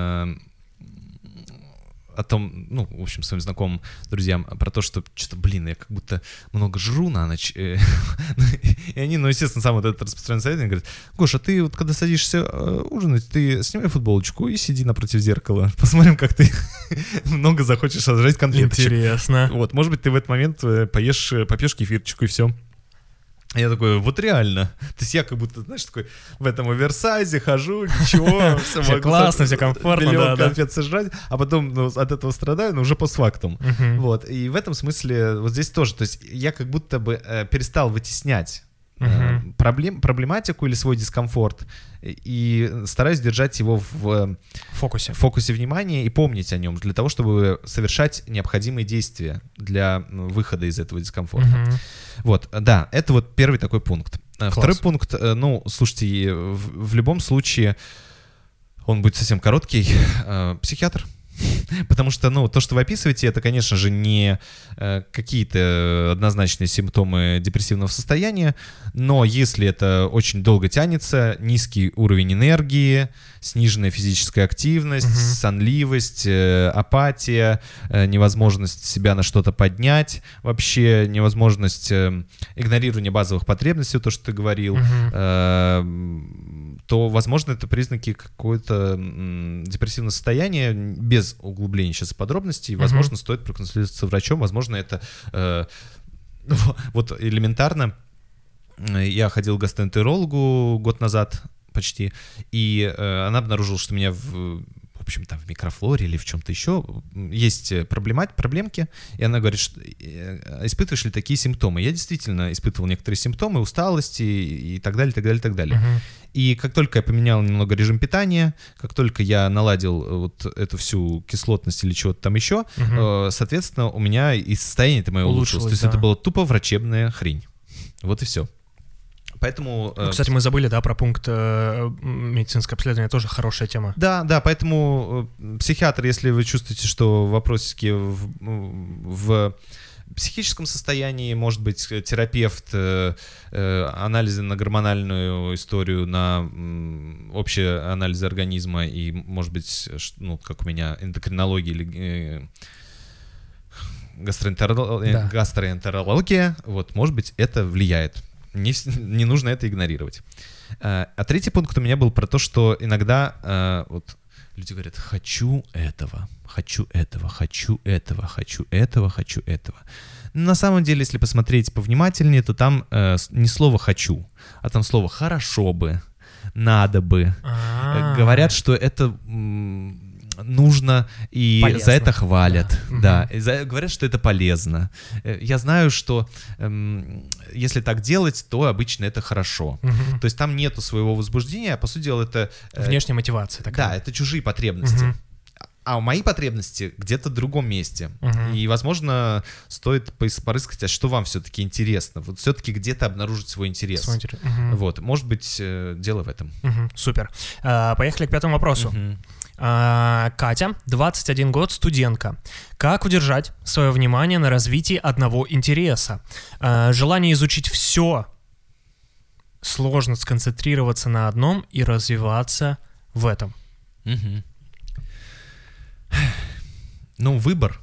о том, ну, в общем, своим знакомым, друзьям, про то, что что-то, блин, я как будто много жру на ночь. И они, ну, естественно, сам вот этот распространенный совет, они говорят: Гоша, ты вот когда садишься ужинать, ты снимай футболочку и сиди напротив зеркала. Посмотрим, как ты много захочешь сожрать конфеточек. Интересно. Вот, может быть, ты в этот момент поешь, попьешь кефирчику и все. Я такой, вот реально. То есть я как будто, знаешь, такой в этом оверсайзе хожу, ничего. Все, все классно, все комфортно, миллион да, конфет да. сожрать, а потом ну, от этого страдаю, но уже постфактум. Uh-huh. Вот. И в этом смысле вот здесь тоже. То есть я как будто бы э, перестал вытеснять Uh-huh. э, проблем, проблематику или свой дискомфорт и стараюсь держать его в фокусе. фокусе внимания и помнить о нем для того, чтобы совершать необходимые действия для выхода из этого дискомфорта. Uh-huh. Вот, да, это вот первый такой пункт. Класс. Второй пункт, ну, слушайте, в, в любом случае он будет совсем короткий. Психиатр. Потому что, ну, то, что вы описываете, это, конечно же, не э, какие-то однозначные симптомы депрессивного состояния, но если это очень долго тянется, низкий уровень энергии, сниженная физическая активность, Мгм. сонливость, э, апатия, э, невозможность себя на что-то поднять, вообще невозможность э, игнорирования базовых потребностей, то, что ты говорил, Мгм. э, то, возможно, это признаки какого-то м, депрессивного состояния, без углубления сейчас в подробности. Возможно, Мгм. стоит проконсультироваться с врачом, возможно, это э, вот элементарно. э, Я ходил к гастроэнтерологу год назад почти, и э, она обнаружила, что у меня в, в общем, там в микрофлоре или в чем-то еще есть проблема, проблемки, и она говорит, что э, испытываешь ли такие симптомы? Я действительно испытывал некоторые симптомы усталости и так далее, так далее, так далее. Мгм. И как только я поменял немного режим питания, как только я наладил э, вот эту всю кислотность или чего-то там еще, Мгм. э, соответственно, у меня и состояние это мое улучшилось. Улучшилось, То есть да. это была тупо врачебная хрень. Вот и все. Поэтому... э, Ну, кстати, мы забыли, да, про пункт э, медицинское обследование, тоже хорошая тема. Да, да, поэтому э, психиатр, если вы чувствуете, что вопросики в, в психическом состоянии, может быть, терапевт, э, э, анализы на гормональную историю, на м, общие анализы организма и, может быть, ш- ну, как у меня, эндокринология или э, гастроэнтеро- э, Да. гастроэнтерология, вот, может быть, это влияет. Не, вс- не нужно это игнорировать. А, а третий пункт у меня был про то, что иногда а, вот люди говорят: хочу этого, хочу этого, хочу этого, хочу этого, хочу этого. На самом деле, если посмотреть повнимательнее, то там э, с- не слово «хочу», а там слово «хорошо бы», «надо бы». А. Э, Говорят, что это м, нужно, и Полезно. за это хвалят. Да. Да, Мгм. и за- говорят, что это полезно. Э, Я знаю, что эм, если так делать, то обычно это хорошо. Мгм. То есть там нету своего возбуждения, а по сути дела это... э, Внешняя мотивация такая. Да, это чужие потребности. Мгм. А мои потребности где-то в другом месте. Мгм. И, возможно, стоит поис- порыскать, а что вам все-таки интересно. Вот все-таки где-то обнаружить свой интерес. Свой интерес. Мгм. Вот, может быть, э, дело в этом. Мгм. Супер. А, Поехали к пятому вопросу. Мгм. А, Катя, двадцать один год, студентка. Как удержать свое внимание на развитии одного интереса? А, Желание изучить все. Сложно сконцентрироваться на одном и развиваться в этом. Мгм. Ну, выбор.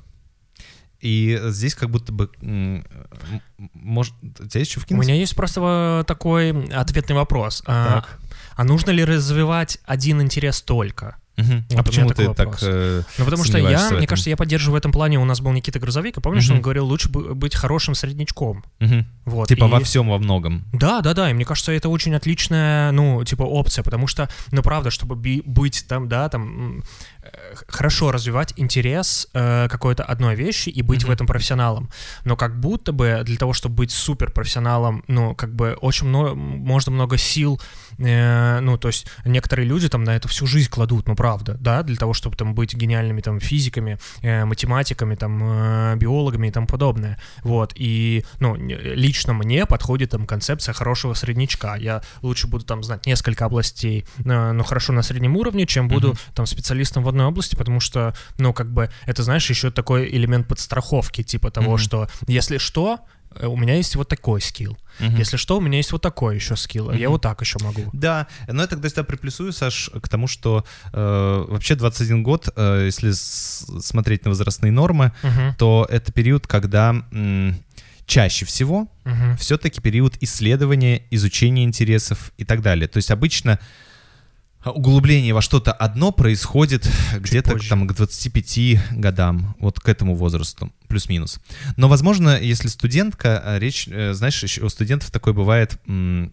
И здесь как будто бы... м, м, Может, у тебя есть что У вкинуть? меня есть просто э, такой ответный вопрос. А, Так. а нужно ли развивать один интерес только? Мгм. Вот А у почему меня ты такой так... вопрос. э, Ну, потому что я, сомневаешься в мне этом? кажется, я поддерживаю в этом плане. У нас был Никита Грузовик, и помнишь, Мгм. он говорил, лучше бы быть хорошим среднячком. мгм. Вот. Типа и- во всем, во многом. Да, да, да, и мне кажется, это очень отличная, ну, типа, опция, потому что, ну, правда, чтобы би- быть там, да, там, м, э, хорошо развивать интерес э, какой-то одной вещи и быть Мгм. в этом профессионалом, но как будто бы для того, чтобы быть суперпрофессионалом, ну, как бы очень много, можно много сил, э, ну, то есть некоторые люди там на это всю жизнь кладут, ну, правда, да, для того, чтобы там быть гениальными там физиками, э, математиками, там, э, биологами и тому подобное, вот, и, ну, не- лично мне подходит там концепция хорошего среднячка. Я лучше буду там знать несколько областей, э, но хорошо на среднем уровне, чем буду Мгм. там специалистом в одной области, потому что, ну, как бы, это, знаешь, еще такой элемент подстраховки, типа того, Мгм. что если что, э, у меня есть вот такой скилл. Мгм. Если что, у меня есть вот такой еще скилл. Я Мгм. вот так еще могу. Да, но я тогда всегда приплюсую, Саш, к тому, что э, вообще двадцать один год, э, если с- смотреть на возрастные нормы, Мгм, то это период, когда м, чаще всего мгм. все-таки период исследования, изучения интересов и так далее. То есть обычно углубление во что-то одно происходит где-то позже. там к двадцати пяти годам, вот к этому возрасту, плюс-минус. Но, возможно, если студентка, а, речь, э, знаешь, еще у студентов такое бывает... м,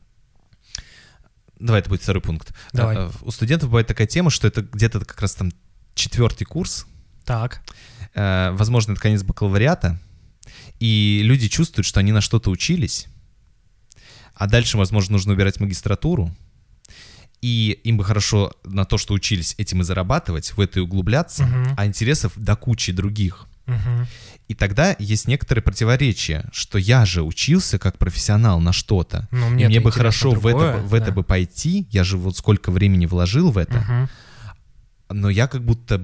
Давай, это будет второй пункт. Давай. А, У студентов бывает такая тема, что это где-то как раз там четвертый курс, Так. э, возможно, это конец бакалавриата, и люди чувствуют, что они на что-то учились, а дальше, возможно, нужно убирать магистратуру, и им бы хорошо на то, что учились, этим и зарабатывать, в это и углубляться, Мгм. а интересов до кучи других. Мгм. И тогда есть некоторые противоречия, что я же учился как профессионал на что-то, Ну, и мне мне это бы интересно хорошо в это, другое, в это да. бы пойти, я же вот сколько времени вложил в это, Мгм. но я как будто бы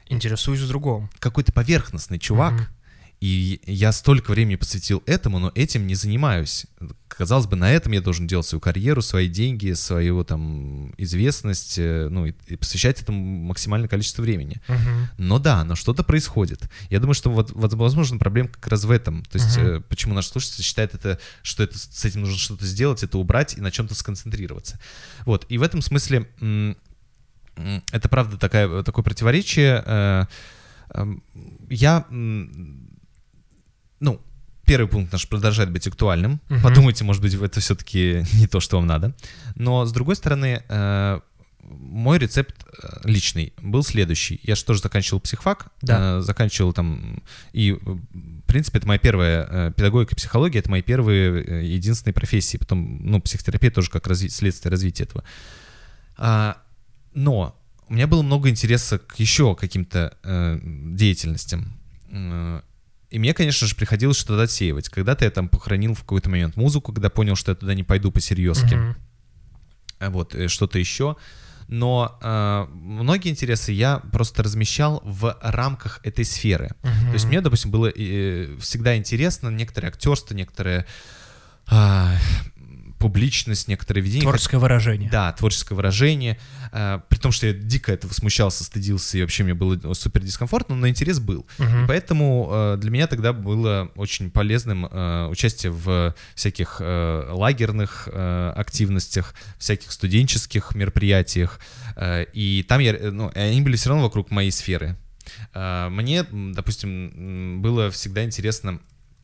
Интересуюсь в другом. Какой-то поверхностный чувак, mm-hmm. и я столько времени посвятил этому, но этим не занимаюсь. Казалось бы, на этом я должен делать свою карьеру, свои деньги, свою там известность, ну, и, и посвящать этому максимальное количество времени. Uh-huh. Но да, но что-то происходит. Я думаю, что вот, вот возможно, проблема как раз в этом. То есть, uh-huh. э, почему наш слушатель считает это, что это, с этим нужно что-то сделать, это убрать и на чем-то сконцентрироваться. Вот, и в этом смысле м- м- это правда такая, такое противоречие. Э- э- я, м- ну, Первый пункт наш продолжает быть актуальным. Uh-huh. Подумайте, может быть, это все-таки не то, что вам надо. Но, с другой стороны, э, мой рецепт личный был следующий. Я же тоже заканчивал психфак, да. э, заканчивал там... И, в принципе, это моя первая э, педагогика и психология, это мои первые э, единственные профессии. Потом, ну, психотерапия тоже как разви- следствие развития этого. А, но у меня было много интереса к еще каким-то э, деятельностям. И мне, конечно же, приходилось что-то отсеивать. Когда-то я там похоронил в какой-то момент музыку, когда понял, что я туда не пойду по-серьезки. Uh-huh. Вот, что-то еще. Но э, многие интересы я просто размещал в рамках этой сферы. Uh-huh. То есть мне, допустим, было э, всегда интересно некоторое актерство, некоторое... Э, публичность, некоторые видения. Творческое выражение. Да, творческое выражение. А, при том, что я дико этого смущался, стыдился, и вообще мне было супер дискомфортно, но интерес был. Uh-huh. И поэтому а, для меня тогда было очень полезным а, участие в всяких а, лагерных а, активностях, всяких студенческих мероприятиях. А, и там я, ну, они были все равно вокруг моей сферы. А, мне, допустим, было всегда интересно...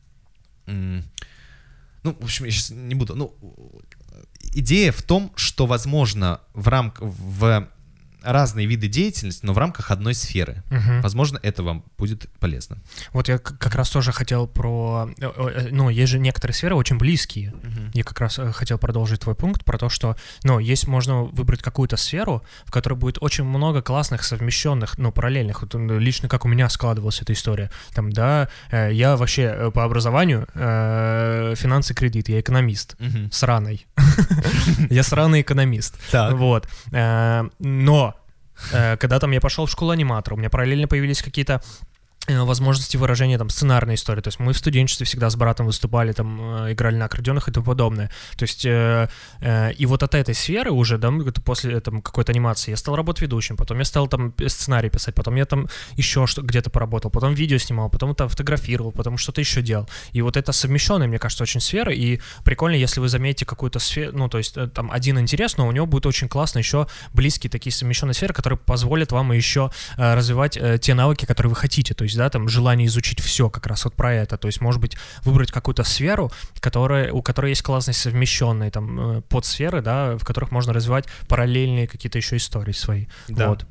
Ну, в общем, я сейчас не буду. Ну, идея в том, что, возможно, в рамках в разные виды деятельности, но в рамках одной сферы. Uh-huh. Возможно, это вам будет полезно. Вот я как раз тоже хотел про... Ну, есть же некоторые сферы очень близкие. Uh-huh. Я как раз хотел продолжить твой пункт про то, что, ну, есть, можно выбрать какую-то сферу, в которой будет очень много классных совмещенных, ну, параллельных. Вот лично как у меня складывалась эта история. Там, да, я вообще по образованию финансы, кредит, я экономист. Uh-huh. Сраный. Я сраный экономист. Вот. Но когда там я пошел в школу аниматора, у меня параллельно появились какие-то возможности выражения там сценарной истории. То есть мы в студенчестве всегда с братом выступали, там играли на аккордеонах и тому подобное. То есть э, э, и вот от этой сферы уже, да, после там какой-то анимации я стал работать ведущим, потом я стал там сценарий писать, потом я там еще что- где-то поработал, потом видео снимал, потом там фотографировал, потом что-то еще делал. И вот это совмещенная, мне кажется, очень сфера, и прикольно, если вы заметите какую-то сферу, ну, то есть там один интерес, но у него будет очень классно еще близкие такие совмещенные сферы, которые позволят вам еще э, развивать э, те навыки, которые вы хотите. То есть, да, там желание изучить все как раз вот про это, то есть, может быть, выбрать какую-то сферу, которая, у которой есть классные совмещенные там подсферы, да, в которых можно развивать параллельные какие-то еще истории свои. Да. Вот.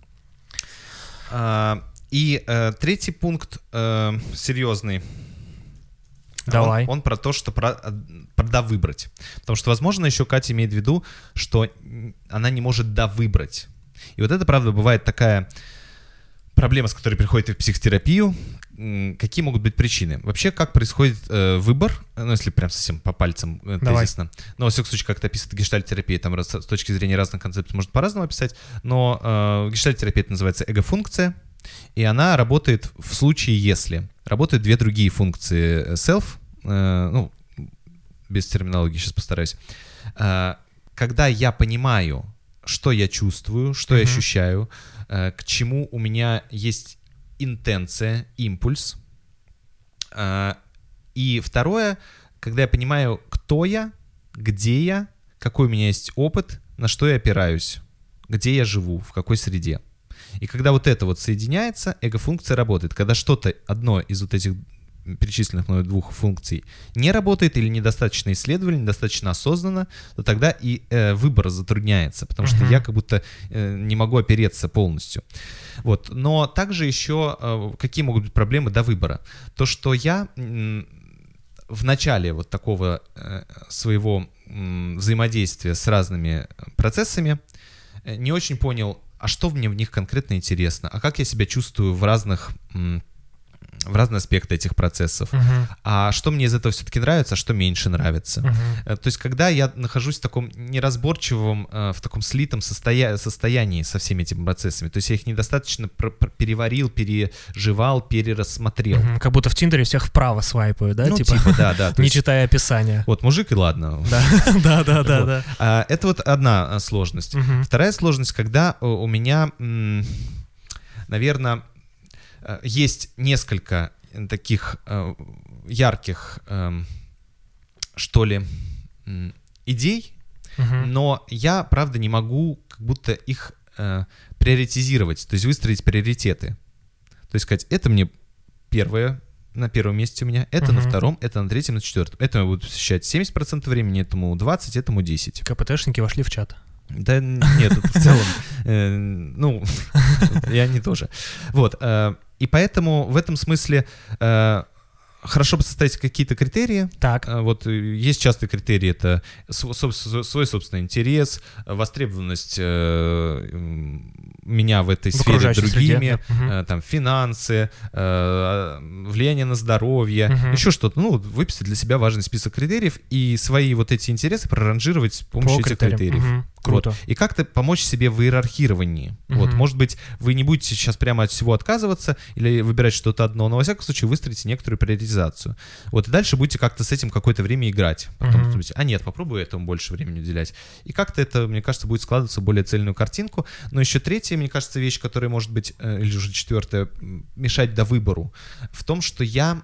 А, и э, третий пункт э, серьезный. Давай. Он, он про то, что про, про довыбрать. Потому что, возможно, еще Катя имеет в виду, что она не может довыбрать. И вот это, правда, бывает такая... Проблема, с которой приходит в психотерапию, какие могут быть причины? Вообще, как происходит э, выбор, ну, если прям совсем по пальцам э, тезисно. Но, во всяком случае, как это описывает гештальт-терапия, там с точки зрения разных концепций может по-разному описать, но э, гештальт-терапия это называется эго-функция, и она работает в случае, если работают две другие функции self, э, ну, без терминологии сейчас постараюсь. Э, когда я понимаю, что я чувствую, что mm-hmm. я ощущаю, к чему у меня есть интенция, импульс. И второе, когда я понимаю, кто я, где я, какой у меня есть опыт, на что я опираюсь, где я живу, в какой среде. И когда вот это вот соединяется, эго-функция работает. Когда что-то, одно из вот этих перечисленных мной двух функций не работает или недостаточно исследовали, недостаточно осознанно, то тогда и э, выбор затрудняется, потому что uh-huh. я как будто э, не могу опереться полностью. Вот. Но также еще э, какие могут быть проблемы до выбора? То, что я э, в начале вот такого э, своего э, взаимодействия с разными процессами э, не очень понял, а что мне в них конкретно интересно, а как я себя чувствую в разных... Э, в разные аспекты этих процессов. Uh-huh. А что мне из этого все-таки нравится, а что меньше нравится. Uh-huh. То есть, когда я нахожусь в таком неразборчивом, в таком слитом состоя- состоянии со всеми этими процессами, то есть я их недостаточно пр- пр- переварил, переживал, перерассмотрел. Uh-huh. Как будто в Тиндере всех вправо свайпают, да? Ну, типа, типа, да, да. Не читая описания. Вот мужик, и ладно. Да, да, да, да. Это вот одна сложность. Вторая сложность, когда у меня, наверное, есть несколько таких э, ярких, э, что ли, э, идей, uh-huh. но я, правда, не могу как будто их э, приоритизировать, то есть выстроить приоритеты. То есть сказать, это мне первое, на первом месте у меня, это uh-huh. на втором, это на третьем, на четвертом. Этому я буду посвящать семьдесят процентов времени, этому двадцать процентов, этому десять процентов. КПТшники вошли в чат. Да нет, это в целом, э, ну, и они тоже. Вот, э, и поэтому в этом смысле э, хорошо бы составить какие-то критерии. Так. Э, вот есть частые критерии, это свой, свой собственный интерес, востребованность э, меня в этой в сфере другими, да. э, там, финансы, э, влияние на здоровье, угу. еще что-то. Ну, выписать для себя важный список критериев и свои вот эти интересы проранжировать с помощью По этих критериев. Угу. Круто. Вот. И как-то помочь себе в иерархировании. Uh-huh. Вот, может быть, вы не будете сейчас прямо от всего отказываться или выбирать что-то одно, но во всяком случае выстроите некоторую приоритизацию. Вот, и дальше будете как-то с этим какое-то время играть. Потом uh-huh. думаете, а нет, попробую этому больше времени уделять. И как-то это, мне кажется, будет складываться в более цельную картинку. Но еще третья, мне кажется, вещь, которая может быть, или уже четвертая, мешать до выбору, в том, что я...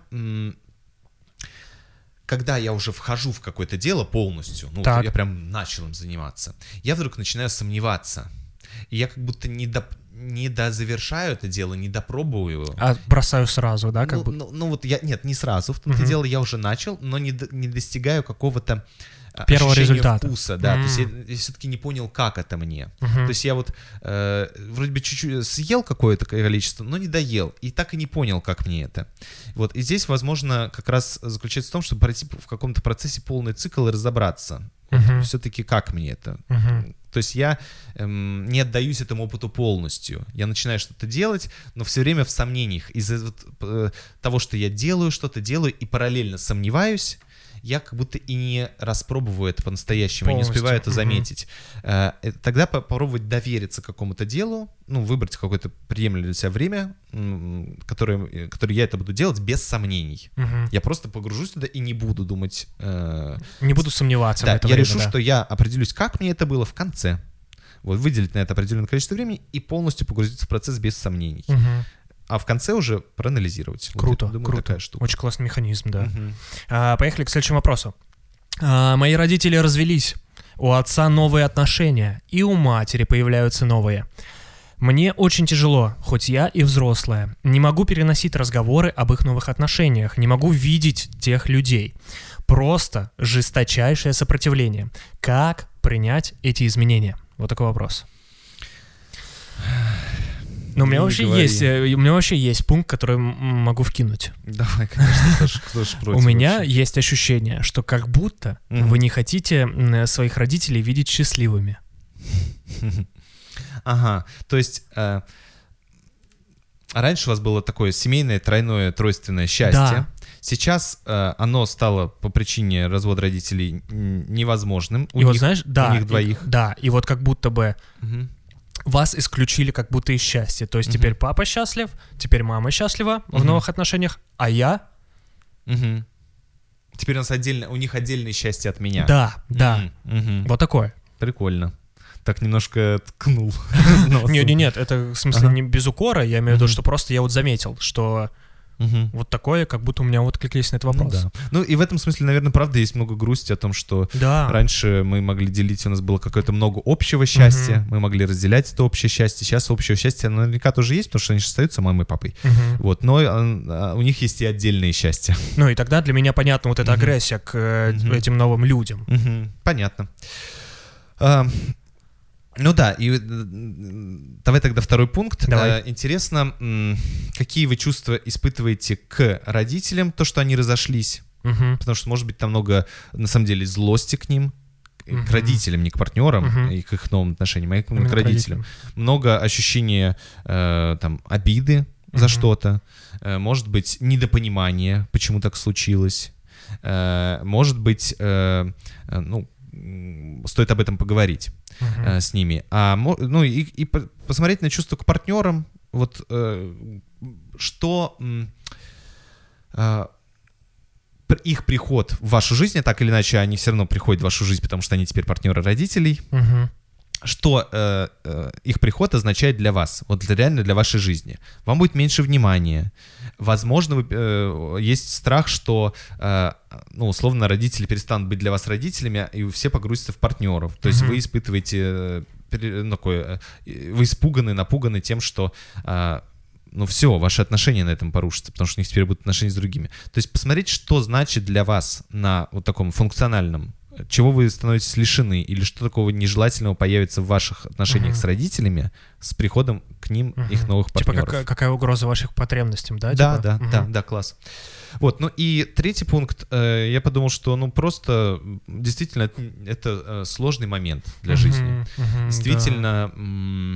когда я уже вхожу в какое-то дело полностью, ну, вот я прям начал им заниматься, я вдруг начинаю сомневаться. И я как будто не, до, не дозавершаю это дело, не допробую. А бросаю сразу, да? Как ну, будто? ну, ну вот я, нет, не сразу, в том-то угу. дело я уже начал, но не, не достигаю какого-то первого результата. Вкуса, да, mm. то есть я, я все-таки не понял, как это мне. Uh-huh. То есть я вот э, вроде бы чуть-чуть съел какое-то количество, но не доел, и так и не понял, как мне это. Вот, и здесь, возможно, как раз заключается в том, чтобы пройти в каком-то процессе полный цикл и разобраться, uh-huh. вот, все-таки как мне это. Uh-huh. То есть я эм, не отдаюсь этому опыту полностью. Я начинаю что-то делать, но все время в сомнениях. Из-за вот, э, того, что я делаю, что-то делаю и параллельно сомневаюсь, я как будто и не распробоваю это по-настоящему, и не успеваю это заметить. Uh-huh. Тогда попробовать довериться какому-то делу, ну, выбрать какое-то приемлемое для себя время, которое, которое я это буду делать без сомнений. Uh-huh. Я просто погружусь туда и не буду думать... Э... Не буду сомневаться да, в это я время, решу, да. что я определюсь, как мне это было в конце. Вот, выделить на это определенное количество времени и полностью погрузиться в процесс без сомнений. Uh-huh. А в конце уже проанализировать. Круто, вот, думаю, круто. Такая штука. Очень классный механизм, да. Uh-huh. А, поехали к следующему вопросу. А, мои родители развелись. У отца новые отношения, и у матери появляются новые. Мне очень тяжело, хоть я и взрослая. Не могу переносить разговоры об их новых отношениях, не могу видеть тех людей. Просто жесточайшее сопротивление. Как принять эти изменения? Вот такой вопрос. Но у меня, вообще есть, у меня вообще есть пункт, который могу вкинуть. Давай, конечно, кто ж, кто ж против. У меня вообще. есть ощущение, что как будто mm-hmm. вы не хотите своих родителей видеть счастливыми. Ага, то есть э, раньше у вас было такое семейное тройное тройственное счастье. Да. Сейчас э, оно стало по причине развода родителей невозможным. У и них, вот знаешь, да, у них двоих. И, да, и вот как будто бы... Угу. Вас исключили как будто из счастья. То есть uh-huh. теперь папа счастлив, теперь мама счастлива uh-huh. в новых отношениях, а я... Uh-huh. Теперь у нас отдельно, у них отдельное счастье от меня. Да, да. Uh-huh. Вот такое. Прикольно. Так немножко ткнул. Нет, нет, нет, это в смысле не без укора, я имею в виду, что просто я вот заметил, что... Угу. Вот такое, как будто у меня вот откликались на этот вопрос. Ну, да. Ну и в этом смысле, наверное, правда есть много грусти о том, что да. раньше мы могли делить, у нас было какое-то много общего счастья, угу. мы могли разделять это общее счастье. Сейчас общего счастья наверняка тоже есть, потому что они же остаются мамой и папой. Угу. Вот, но а, у них есть и отдельные счастья. Ну и тогда для меня понятна вот эта угу. агрессия к угу. этим новым людям. Угу. Понятно. А, Ну да, и давай тогда второй пункт. Давай. Интересно, какие вы чувства испытываете к родителям, то, что они разошлись, угу. потому что, может быть, там много, на самом деле, злости к ним, угу. к родителям, не к партнерам угу. и к их новым отношениям, а к, к родителям. Много ощущения э, там, обиды, за Мгм. что-то, э, может быть недопонимание, почему так случилось, э, может быть, э, э, ну, м, стоит об этом поговорить Мгм. э, с ними, а мо- ну и, и по- посмотреть на чувства к партнерам, вот э, что м, э, пр- их приход в вашу жизнь, а так или иначе они все равно приходят в вашу жизнь, потому что они теперь партнеры родителей. Мгм. Что э, э, их приход означает для вас, вот для- реально для вашей жизни. Вам будет меньше внимания. Возможно, вы, э, есть страх, что, э, ну, условно, родители перестанут быть для вас родителями, и все погрузятся в партнеров. То есть Мгм. вы испытываете, э, пере- ну, такое, э, вы испуганы, напуганы тем, что э, ну все, ваши отношения на этом порушатся, потому что у них теперь будут отношения с другими. То есть посмотреть, что значит для вас на вот таком функциональном, чего вы становитесь лишены, или что такого нежелательного появится в ваших отношениях Мгм. с родителями с приходом к ним Мгм. их новых Типа партнеров. какая, какая угроза вашим потребностям, да? Да, типа? да, Мгм. да, да, класс. Вот, ну и третий пункт, э, я подумал, что ну просто м, действительно это, это, э, сложный момент для Мгм, жизни. мгм, да. Действительно, м,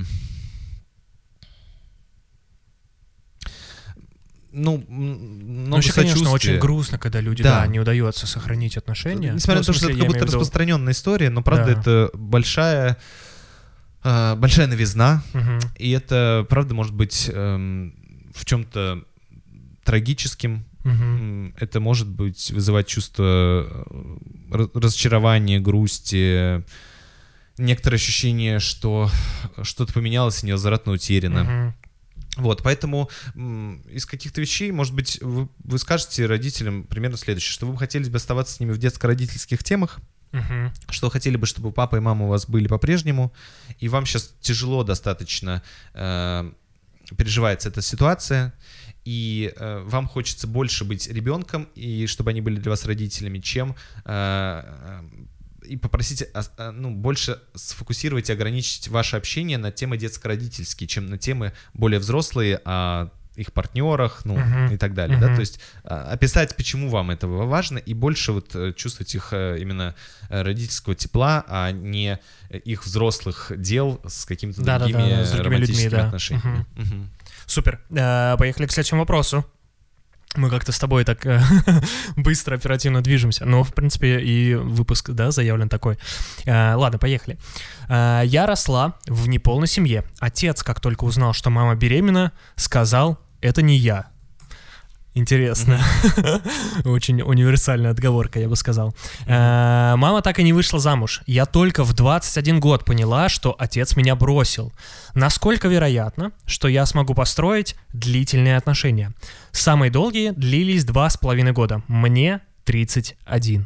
ну, м, Ну, много вообще, конечно, очень сочувствия. грустно, когда люди, Да. да, не удается сохранить отношения. Несмотря Ну, на в то, что смысле, это я как будто имею в виду- распространенная история, но правда Да. это большая, э, большая новизна, Мгм. и это правда может быть эм, в чем-то трагическим. Мгм. М, Это может быть вызывать чувство э, раз- разочарования, грусти, некоторое ощущение, что что-то поменялось и невозвратно утеряно. Мгм. Вот, поэтому м, из каких-то вещей, может быть, вы, вы скажете родителям примерно следующее, что вы бы хотели бы оставаться с ними в детско-родительских темах, Мгм. что хотели бы, чтобы папа и мама у вас были по-прежнему, и вам сейчас тяжело достаточно э, переживается эта ситуация, и э, вам хочется больше быть ребенком, и чтобы они были для вас родителями, чем э, э, и попросите а, а, ну, больше сфокусировать и ограничить ваше общение на темы детско-родительские, чем на темы более взрослые, о их партнерах, ну, Мгм. и так далее, да, Мгм. то есть а, описать, почему вам это важно, и больше вот э, чувствовать их э, именно э, родительского тепла, а не их взрослых дел с какими-то Да-да-да, другими с другими людьми, романтическими да. отношениями. Мгм. Супер. Э, Поехали к следующему вопросу. Мы как-то с тобой так э, быстро, оперативно движемся. Но, в принципе, и выпуск, да, заявлен такой. Э, Ладно, поехали. Э, Я росла в неполной семье. Отец, как только узнал, что мама беременна, сказал: «Это не я». Интересно. Очень универсальная отговорка, я бы сказал. Э, Мама так и не вышла замуж. Я только в двадцать один год поняла, что отец меня бросил. Насколько вероятно, что я смогу построить длительные отношения? Самые долгие длились два с половиной года. Мне тридцать один.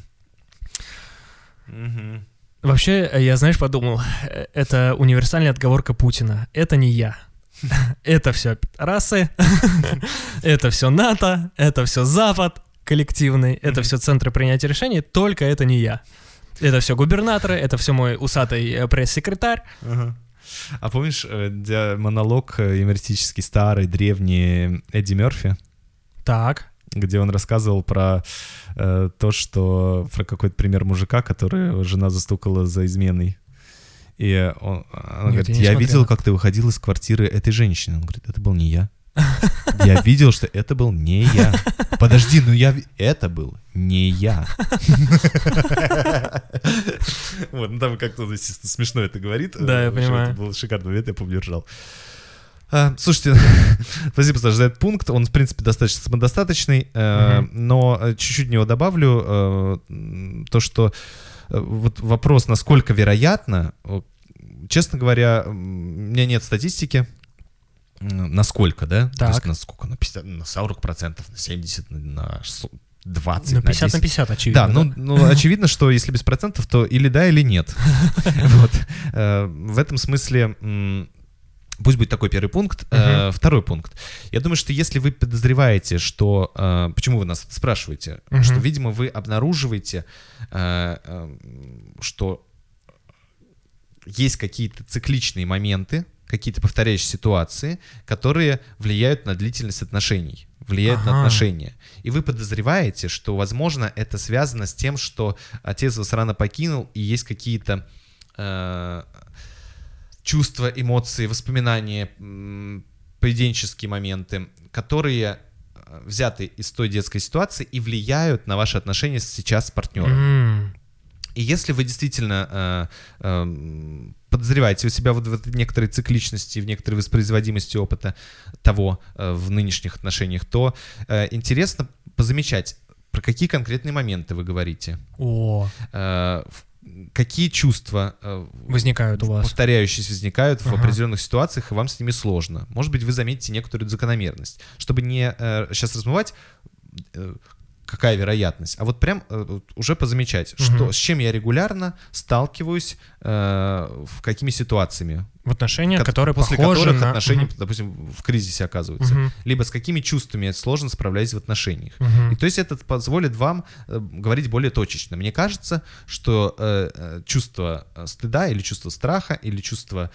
Мгм. Вообще, я, знаешь, подумал, э, это универсальная отговорка Путина. Это не я. Это все расы, это все НАТО, это все Запад коллективный, это все центры принятия решений, только это не я. Это все губернаторы, это все мой усатый э, пресс-секретарь. Ага. А помнишь э, где монолог э, юмористический, старый, древний Эдди Мерфи, Так. где он рассказывал про э, то, что про какой-то пример мужика, который жена застукала за изменой. И он, она Нет, говорит: я не я смотрел. видел, как ты выходил из квартиры этой женщины. Он говорит: это был не я. Я видел, что это был не я. Подожди, ну я... ви- Это был не я. Вот, ну там как-то, естественно, смешно это говорит. Да, я Э, понимаю. Это был шикарный момент, я помню, ржал. А, Слушайте, спасибо, Саша, за этот пункт. Он, в принципе, достаточно самодостаточный, э, Мгм. но э, чуть-чуть в него добавлю э, м, то, что э, вот вопрос, насколько вероятно, э, честно говоря, м, у меня нет статистики, м, насколько, да? То Так. есть на сколько? На пятьдесят, на сорок процентов, на семьдесят, на шестьсот, двадцать, Ну, пятьдесят на десять. пятьдесят, очевидно. Да, ну, ну, очевидно, что если без процентов, то или да, или нет. Вот. Э, В этом смысле м, пусть будет такой первый пункт. Э, Мгм. Второй пункт. Я думаю, что если вы подозреваете, что... э, Почему вы нас это спрашиваете? Мгм. Что, видимо, вы обнаруживаете, э, э, что есть какие-то цикличные моменты, какие-то повторяющие ситуации, которые влияют на длительность отношений, влияют Ага. на отношения. И вы подозреваете, что, возможно, это связано с тем, что отец вас рано покинул, и есть какие-то э, чувства, эмоции, воспоминания, м, поведенческие моменты, которые взяты из той детской ситуации и влияют на ваши отношения сейчас с партнером. М. И если вы действительно э, э, подозреваете у себя вот в этой некоторой цикличности, в некоторой воспроизводимости опыта того э, в нынешних отношениях, то э, интересно позамечать, про какие конкретные моменты вы говорите, О, э, какие чувства э, возникают у вас. повторяющиеся возникают в Ага. определенных ситуациях, и вам с ними сложно. Может быть, вы заметите некоторую закономерность. Чтобы не э, сейчас размывать, э, какая вероятность, а вот прям э, вот уже позамечать, Мгм. что, с чем я регулярно сталкиваюсь, э, в какими ситуациями, В отношениях, ко- которые после похожи которых на... отношения, Мгм. допустим, в кризисе оказываются. Мгм. Либо с какими чувствами я сложно справляюсь в отношениях. Мгм. И то есть это позволит вам э, говорить более точечно. Мне кажется, что э, э, чувство э, стыда или чувство страха или чувство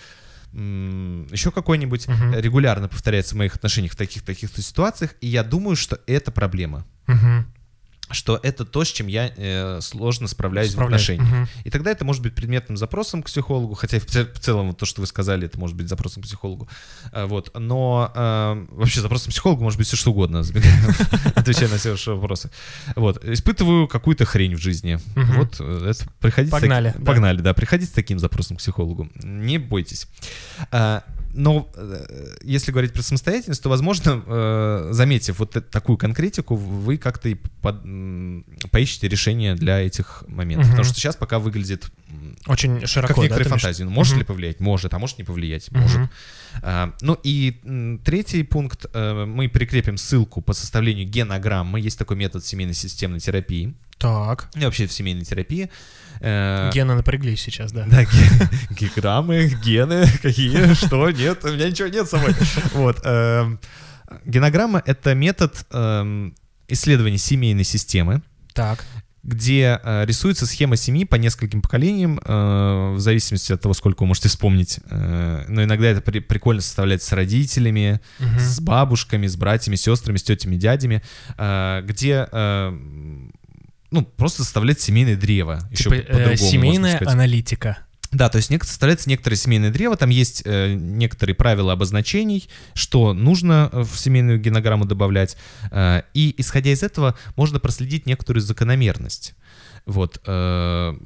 м, еще какое-нибудь Мгм. э, регулярно повторяется в моих отношениях в таких-таких-то ситуациях, и я думаю, что это проблема. Мгм. Что это то, с чем я э, сложно справляюсь Справляюсь. в отношениях. Мгм. И тогда это может быть предметным запросом к психологу, хотя в ц- в целом вот то, что вы сказали, это может быть запросом к психологу. А, Вот. Но э, вообще запросом к психологу может быть все что угодно, отвечая на все ваши вопросы. Вот. Испытываю какую-то хрень в жизни. Мгм. Вот. э, это приходите с таки- Погнали, да. Погнали, да. Приходите с таким запросом к психологу. Не бойтесь. А, Но э, если говорить про самостоятельность, то, возможно, э, заметив вот эту- такую конкретику, вы как-то и под- м, поищете решение для этих моментов. Мгм. Потому что сейчас пока выглядит м, Очень широко, как некоторые да, ты имеешь? фантазии. Ну, может Мгм. ли повлиять? Может. А может не повлиять? Мгм. Может. А, ну и м, третий пункт. э, Мы прикрепим ссылку по составлению генограммы. Есть такой метод семейной системной терапии. Так. И вообще в семейной терапии. Э, Гены напряглись сейчас, да. Да, ге- гиграммы, гены, какие, что, нет, у меня ничего нет с собой. Вот. эм, Генограмма — это метод эм, исследования семейной системы, Так. где э, рисуется схема семьи по нескольким поколениям, э, в зависимости от того, сколько вы можете вспомнить. Э, но иногда это при- прикольно составлять с родителями, Мгм. с бабушками, с братьями, сестрами, с тетями, дядями, э, где... э, ну, просто составлять семейное древо. Еще Типа, э, по-другому можно семейная сказать. аналитика. Да, то есть нек- составляется некоторое семейное древо, там есть э, некоторые правила обозначений, что нужно э, в семейную генограмму добавлять, э, и исходя из этого можно проследить некоторую закономерность. Вот. Э,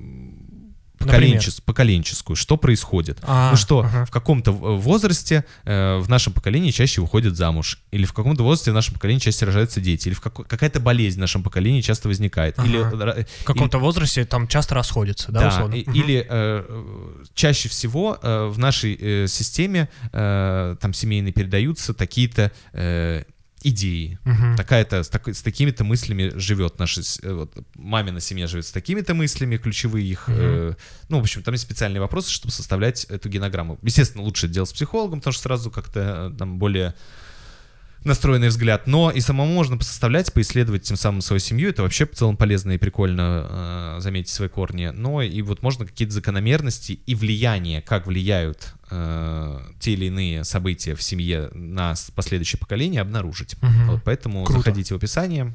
поколенчес- поколенческую, что происходит. А, ну что, ага. в каком-то в- возрасте э, в нашем поколении чаще выходят замуж, или в каком-то возрасте в нашем поколении чаще рождаются дети, или в како- какая-то болезнь в нашем поколении часто возникает. Или, Ага. э, В каком-то возрасте там часто расходятся, да, да, условно? и- Мгм. или э, э, чаще всего э, в нашей э, системе э, там семейные передаются такие-то э, идеи. Мгм. Такая-то, с, такой- с такими-то мыслями живет наша, с- э, вот, мамина семья живет с такими-то мыслями, ключевые их, э, ну, в общем, там есть специальные вопросы, чтобы составлять эту генограмму. Естественно, лучше это делать с психологом, потому что сразу как-то э, там более настроенный взгляд, но и самому можно посоставлять, поисследовать тем самым свою семью, это вообще в целом полезно и прикольно э, заметить свои корни, но и вот можно какие-то закономерности и влияние, как влияют э, те или иные события в семье на с- последующее поколение, обнаружить. Мгм. Вот поэтому Круто. заходите в описание.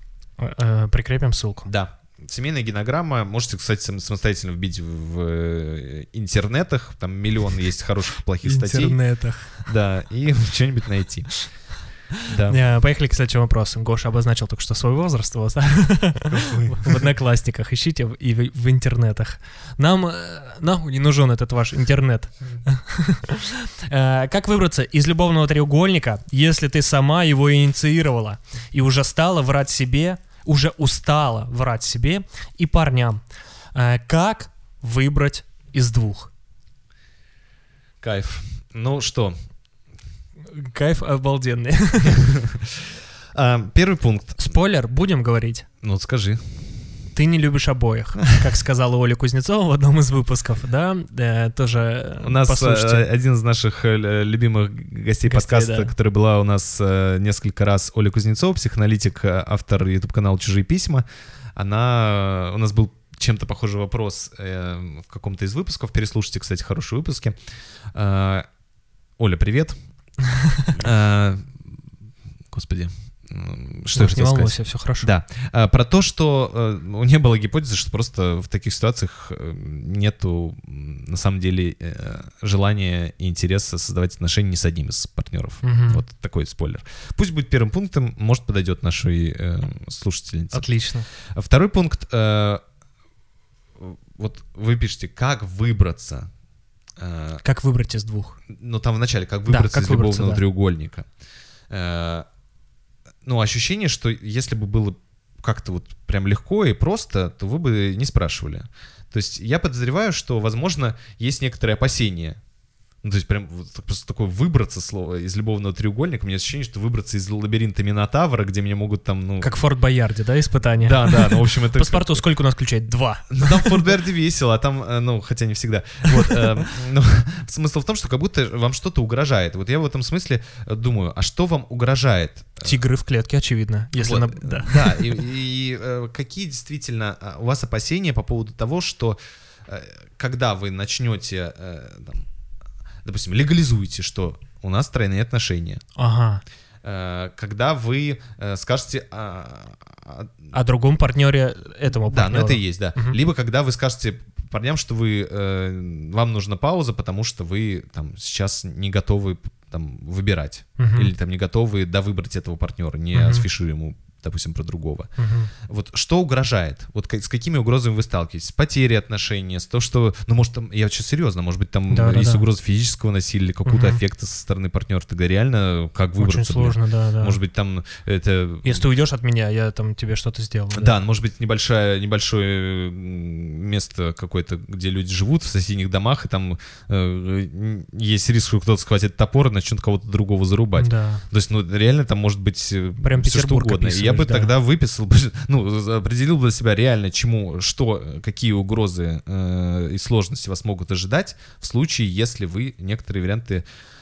Э, э, Прикрепим ссылку. Да. Семейная генограмма, можете, кстати, сам- самостоятельно вбить в э, интернетах, там миллион есть хороших, плохих статей. интернетах. Да, и что-нибудь найти. Да. Э, Поехали к следующему вопросу. Гоша обозначил только что свой возраст у вас, да? В одноклассниках. Ищите в- и в в интернетах. Нам э, нахуй не нужен этот ваш интернет. Э, Как выбраться из любовного треугольника, если ты сама его инициировала и уже стала врать себе, уже устала врать себе и парням? Э, Как выбрать из двух? Кайф. Ну что, Кайф обалденный. а, первый пункт. Спойлер, будем говорить? Ну вот скажи. Ты не любишь обоих, как сказала Оля Кузнецова в одном из выпусков, да? Э, тоже У нас послушайте. э, один из наших э, любимых гостей, Гостей, подкаста, да. которая была у нас э, несколько раз, Оля Кузнецова, психоаналитик, э, автор YouTube-канала «Чужие письма». Она... э, У нас был чем-то похожий вопрос э, в каком-то из выпусков. Переслушайте, кстати, хорошие выпуски. Э, Оля, привет. Э, Господи. Что я не хотел волнуйся, сказать? все хорошо. Да, а, про то, что э, у меня была гипотеза, что просто в таких ситуациях э, нету на самом деле э, желания и интереса создавать отношения ни с одним из партнеров. Мгм. Вот такой спойлер. Пусть будет первым пунктом, может подойдет нашей э, слушательнице. Отлично. А Второй пункт. э, вот вы пишете, как выбраться. э, Как выбрать из двух? ну, там в начале, как выбраться как из выбраться, любовного да. треугольника. Э, ну, ощущение, что если бы было как-то вот прям легко и просто, то вы бы не спрашивали. То есть я подозреваю, что, возможно, есть некоторые опасения. Ну, то есть прям вот так- просто такое выбраться слово из любовного треугольника. У меня ощущение, что выбраться из лабиринта Минотавра, где меня могут там, ну... Как в Форт Боярде, да, испытание? Да, да, ну, в общем, это... Паспорту сколько у нас ключей? Два. Ну, там в Форт Боярде весело, а там, э, ну, хотя не всегда. Вот, э, ну, смысл в том, что как будто вам что-то угрожает. Вот я в этом смысле э, думаю, а что вам угрожает? Тигры в клетке, очевидно. Если Вот, на... Да. да, и, и, э, какие действительно э, у вас опасения по поводу того, что э, когда вы начнете, э, там, допустим, легализуете, что у нас тройные отношения, Ага. э, когда вы э, скажете... а, а, О другом партнере этому да, партнеру. ну это и есть, да. Мгм. Либо когда вы скажете парням, что вы, э, вам нужна пауза, потому что вы там сейчас не готовы там выбирать. Мгм. Или там не готовы довыбрать этого партнера, не Мгм. афишируя ему, допустим, про другого. Мгм. Вот что угрожает? Вот ка- с какими угрозами вы сталкиваетесь? С потерей отношений, с то, что... Ну, может, там... Я сейчас серьезно, может быть, там Да, да, есть да. угроза физического насилия или какого-то Мгм. аффекта со стороны партнера. Тогда реально как выбраться? Очень блин? сложно, да, да. Может быть, там это... Если ты уйдешь от меня, я там тебе что-то сделал. Да, может быть, небольшая, небольшое м, место какое-то, где люди живут в соседних домах, и там э, есть риск, что кто-то схватит топор и начнет кого-то другого зарубать. Да. То есть, ну, реально там может быть э, Прям все что Петербург угодно. И я бы описываешь, да. тогда выписал, бы, ну, определил бы для себя реально, чему, что, какие угрозы э, и сложности вас могут ожидать в случае, если вы некоторые варианты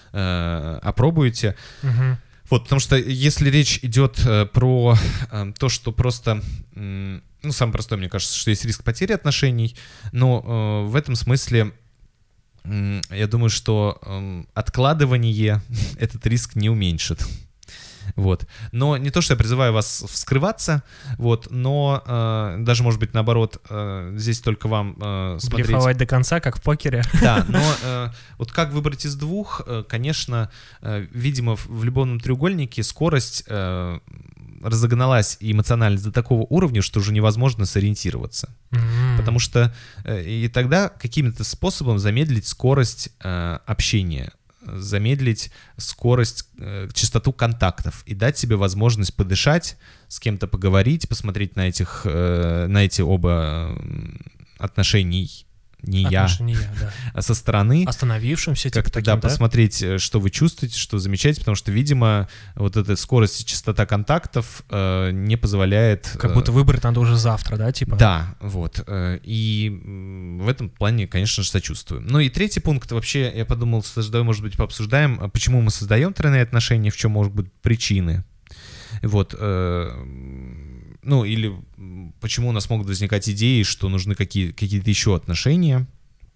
э, опробуете. Мгм. Вот, потому что если речь идет э, про э, то, что просто, м, ну, самое простое, мне кажется, что есть риск потери отношений, но э, в этом смысле м, я думаю, что эм, откладывание этот риск не уменьшит. Вот. Но не то, что я призываю вас вскрываться, вот, но э, даже, может быть, наоборот, э, здесь только вам э, смотреть... Блефовать до конца, как в покере. Да, но э, вот как выбрать из двух, э, конечно, э, видимо, в, в любовном треугольнике скорость э, разогналась и эмоциональность до такого уровня, что уже невозможно сориентироваться. М. Потому что э, и тогда каким-то способом замедлить скорость э, общения, замедлить скорость, э, частоту контактов и дать себе возможность подышать, с кем-то поговорить, посмотреть на этих, э, на эти оба э, отношений, не я, Отношения, да. а со стороны. Остановившимся, типа Как-то, таким, да, да? посмотреть, э, что вы чувствуете, что вы замечаете, потому что, видимо, вот эта скорость и частота контактов э, не позволяет... Как э, будто выбрать надо уже завтра, да, типа? Да, вот. э, И м, в этом плане, конечно же, сочувствую. Ну и третий пункт, вообще, я подумал, что давай, может быть, пообсуждаем, а почему мы создаем тройные отношения, в чем могут быть причины. Вот. э, Ну, или м, почему у нас могут возникать идеи, что нужны какие- какие-то еще отношения.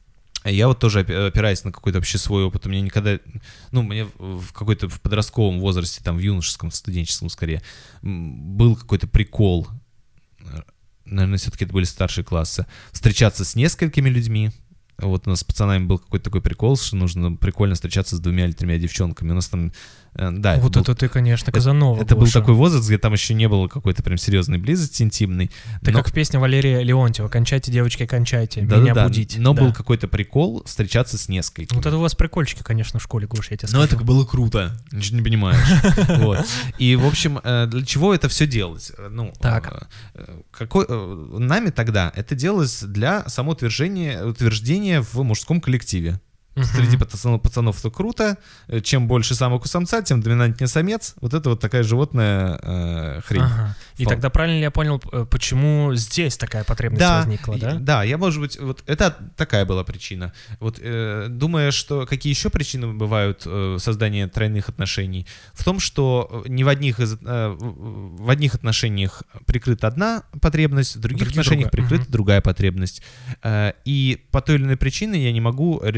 Я вот тоже опи- опираясь на какой-то вообще свой опыт, у меня никогда, ну, мне в в какой-то в подростковом возрасте, там, в юношеском, в студенческом скорее, м, был какой-то прикол, э, наверное, все-таки это были старшие классы, встречаться с несколькими людьми. Вот у нас с пацанами был какой-то такой прикол, что нужно прикольно встречаться с двумя или тремя девчонками. У нас там, э, да, Вот был- это ты, конечно, Казанова. это был Гоша. такой возраст, где там еще не было какой-то прям серьезной близости интимной. Ты но- как в песне Валерия Леонтьева «Кончайте, девочки, кончайте, меня Да-да-да, будить». но Да. был какой-то прикол встречаться с несколькими. Вот это у вас прикольчики, конечно, в школе, Гош, я тебе Но скажу. это было круто, ничего не понимаешь. Вот. И, в общем, э, для чего это все делалось? Э, Ну, Так. э, какой, э, нами тогда это делалось для самоутверждения утверждения в мужском коллективе. Мгм. Среди пацанов, пацанов это круто. Э, Чем больше самок у самца, тем доминантнее самец. Вот это вот такая животная э, хрень. Ага. И Впол- тогда правильно ли я понял, э, почему здесь такая потребность Да, возникла, и- да? да, я, может быть, вот это такая была причина. Вот э, думая, что какие еще причины бывают э, создания тройных отношений, в том, что не в одних из э, в в одних отношениях прикрыта одна потребность, в других других отношениях другая. прикрыта Мгм. другая потребность. Э, и по той или иной причине я не могу реализовывать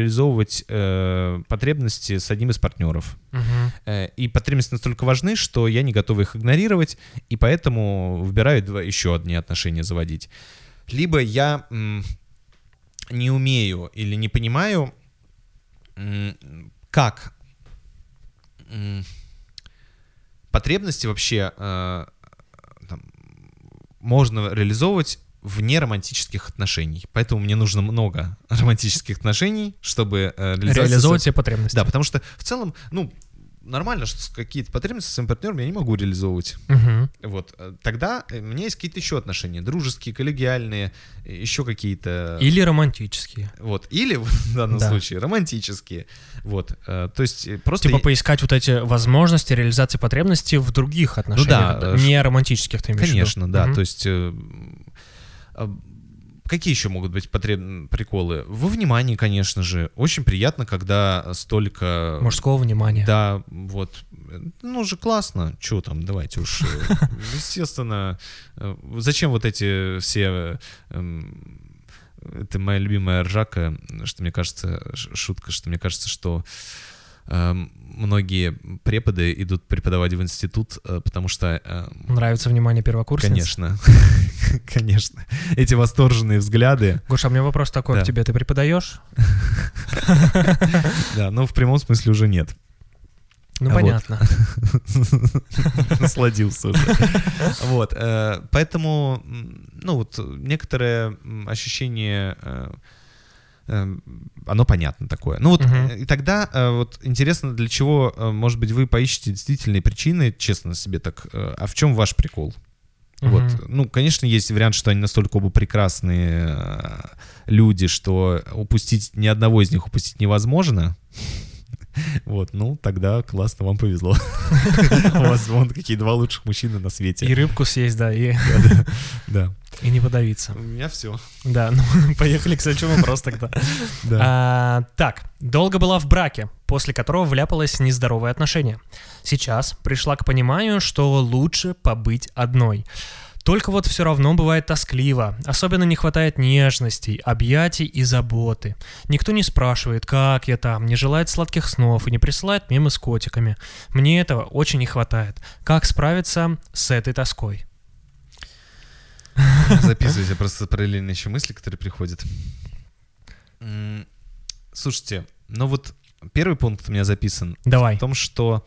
реализовывать э, потребности с одним из партнеров. Мгм. Э, и потребности настолько важны, что я не готов их игнорировать, и поэтому выбираю два, еще одни отношения заводить. Либо я м, не умею или не понимаю, м, как м, потребности вообще э, там, можно реализовывать вне романтических отношений. Поэтому мне нужно много романтических отношений, чтобы э, реализовать... Реализовывать все потребности. Да, потому что в целом, ну, нормально, что какие-то потребности со своим партнером я не могу реализовывать. Мгм. Вот. э, Тогда у меня есть какие-то еще отношения. Дружеские, коллегиальные, еще какие-то... Или романтические. Вот. Или в данном Да. случае романтические. Вот. э, То есть э, просто... Типа я- поискать вот эти возможности реализации потребностей в других отношениях, да, не романтических, ты имеешь в виду? Конечно, да. Мгм. То есть э, а, какие еще могут быть потреб- приколы? Во внимании, конечно же. Очень приятно, когда столько... Мужского внимания. Да, вот. Ну же классно. Че там, давайте уж. э, Естественно. э, Зачем вот эти все... эм, Это моя любимая ржака, что мне кажется, ш- шутка, что мне кажется, что эм, многие преподы идут преподавать в институт, э, потому что... э, Нравится внимание первокурсниц? Конечно, конечно. Эти восторженные взгляды, Гоша, у меня вопрос такой Да. к тебе. Ты преподаешь? да, но в прямом смысле уже нет. Ну, Вот. понятно. Насладился уже. Вот, э, поэтому, м, ну вот, некоторое м, ощущение, э, э, оно понятно такое. Ну вот, Мгм. э, и тогда э, вот интересно, для чего, э, может быть, вы поищете действительные причины, честно себе так, э, а в чем ваш прикол? Вот. Мгм. Ну, конечно, есть вариант, что они настолько оба прекрасные э, люди, что упустить ни одного из них упустить невозможно. Вот, ну, тогда классно, вам повезло. У вас вон какие два лучших мужчины на И свете. рыбку съесть, да, и, Да. и не подавиться. У меня все. Да, ну, поехали к следующему вопросу тогда. Да. А, так, долго была в браке, после которого вляпалась в нездоровые отношения. Сейчас пришла к пониманию, что лучше побыть одной. Только вот все равно бывает тоскливо, особенно не хватает нежностей, объятий и заботы. Никто не спрашивает, как я там, не желает сладких снов и не присылает мемы с котиками. Мне этого очень не хватает. Как справиться с этой тоской? Записывайте просто параллельно еще мысли, которые приходят. М, Слушайте, ну вот первый пункт у меня записан Давай. в том, что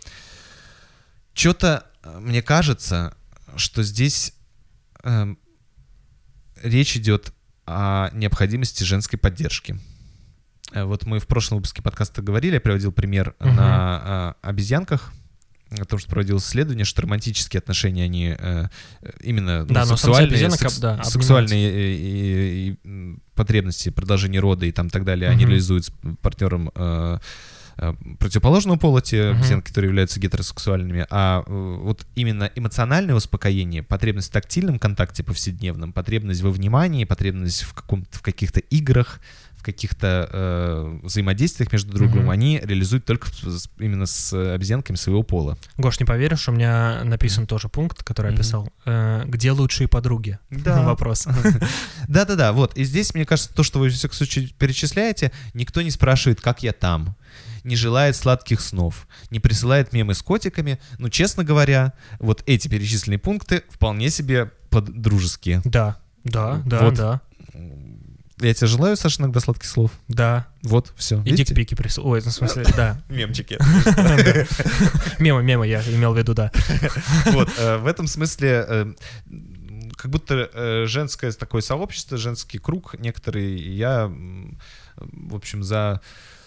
что-то мне кажется, что здесь эм, речь идет о необходимости женской поддержки. Э, Вот мы в прошлом выпуске подкаста говорили, я приводил пример Мгм. на э, обезьянках, о том, что проводилось исследование, что романтические отношения, они э, именно ну, Да, но самцы сексуальные, обезьянок, секс- да, обнимаются. сексуальные э, и- и, м, потребности, продолжение рода и там так далее, они Мгм. реализуют с партнером э, э, противоположного пола, те Мгм. обезьянки, которые являются гетеросексуальными, а э, вот именно эмоциональное успокоение, потребность в тактильном контакте повседневном, потребность во внимании, потребность в, каком-то, в каких-то играх, в каких-то э, взаимодействиях между друг другом, Мгм. они реализуют только с- именно с обезьянками своего пола. Гош, не поверишь, у меня написан тоже пункт, который я Мгм. писал. Э, Где лучшие подруги? Вопрос. Да-да-да, вот. И здесь, мне кажется, то, что вы все перечисляете, никто не спрашивает, как я там, не желает сладких снов, не присылает мемы с котиками. Ну, честно говоря, вот эти перечисленные пункты вполне себе поддружеские. Да, да, да, Вот. да, Я тебе желаю, Саша, иногда сладких слов. да. Вот, все. И дикпики присыл. Ой, ну, в смысле, да. Мемчики. Мемы, мемы я имел в виду, да. Вот, э, в этом смысле э, как будто э, женское такое сообщество, женский круг некоторые, и я, м, в общем, за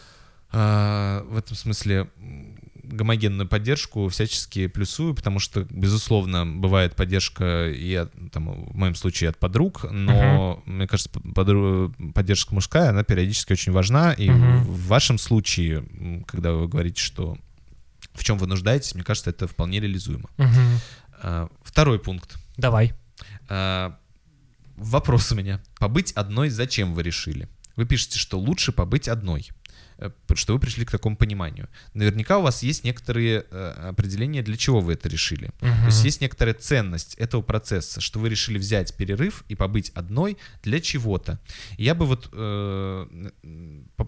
э, в этом смысле м, гомогенную поддержку всячески плюсую, потому что, безусловно, бывает поддержка и от, там, в моем случае от подруг, но, мне кажется, подру- поддержка мужская, она периодически очень важна, и Мгм. в вашем случае, м, когда вы говорите, что в чем вы нуждаетесь, мне кажется, это вполне реализуемо. Мгм. А, Второй пункт. Давай. А, Вопрос у меня. Побыть одной зачем вы решили? Вы пишете, что лучше побыть одной, э, что вы пришли к такому пониманию. Наверняка у вас есть некоторые э, определения, для чего вы это решили. То есть есть некоторая ценность этого процесса, что вы решили взять перерыв и побыть одной для чего-то. И я бы вот э, м, поп-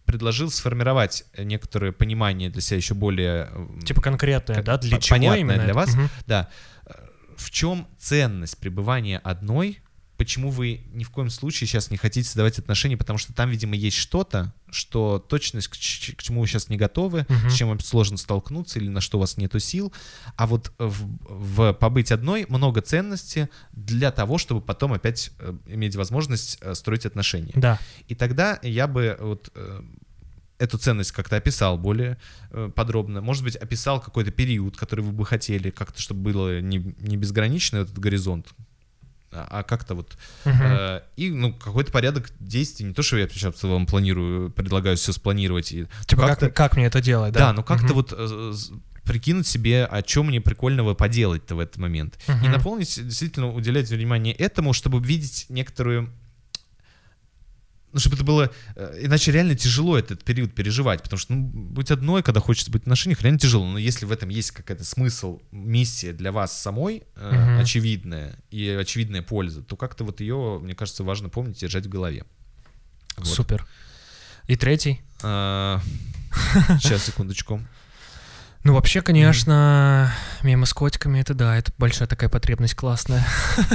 предложил сформировать некоторое понимание для себя еще более... Типа конкретное, да? Для чего понятное именно для это? вас. Мгм. Да. В чем ценность пребывания одной? Почему вы ни в коем случае сейчас не хотите создавать отношения? Потому что там, видимо, есть что-то, что точность, к, ч- к чему вы сейчас не готовы, Мгм. с чем вам сложно столкнуться или на что у вас нету сил. А вот в, в побыть одной много ценности для того, чтобы потом опять э, иметь возможность э, строить отношения. Да. И тогда я бы вот э, эту ценность как-то описал более э, подробно. Может быть, описал какой-то период, который вы бы хотели, как-то, чтобы было не, не безграничный этот горизонт, а, а как-то вот... Мгм. э, и, ну, какой-то порядок действий. Не то, что я сейчас вам планирую, предлагаю все спланировать. И, Типа как-то, как, как мне это делать, да, да? ну как-то Мгм. вот э, з- прикинуть себе, о чем мне прикольного поделать-то в этот момент. И Мгм. наполнить, действительно уделять внимание этому, чтобы видеть некоторую... Ну, чтобы это было... э, Иначе реально тяжело этот период переживать, потому что, ну, быть одной, когда хочется быть в отношениях, реально тяжело. Но если в этом есть какая-то смысл, миссия для вас самой, э, Мгм. очевидная, и очевидная польза, то как-то вот ее, мне кажется, важно помнить и держать в голове. Вот. Супер. И третий? А, Сейчас, секундочку. Ну, вообще, конечно, мемы с котиками, это да, это большая такая потребность классная.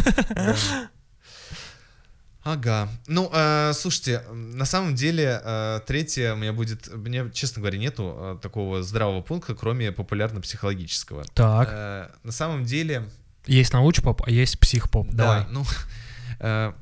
Ага. Ну, э, слушайте, на самом деле, э, третье у меня будет... У меня, честно говоря, нету э, такого здравого пункта, кроме популярно-психологического. Так, Э, на самом деле... есть научпоп, а есть психпоп. Да, Давай. ну... э,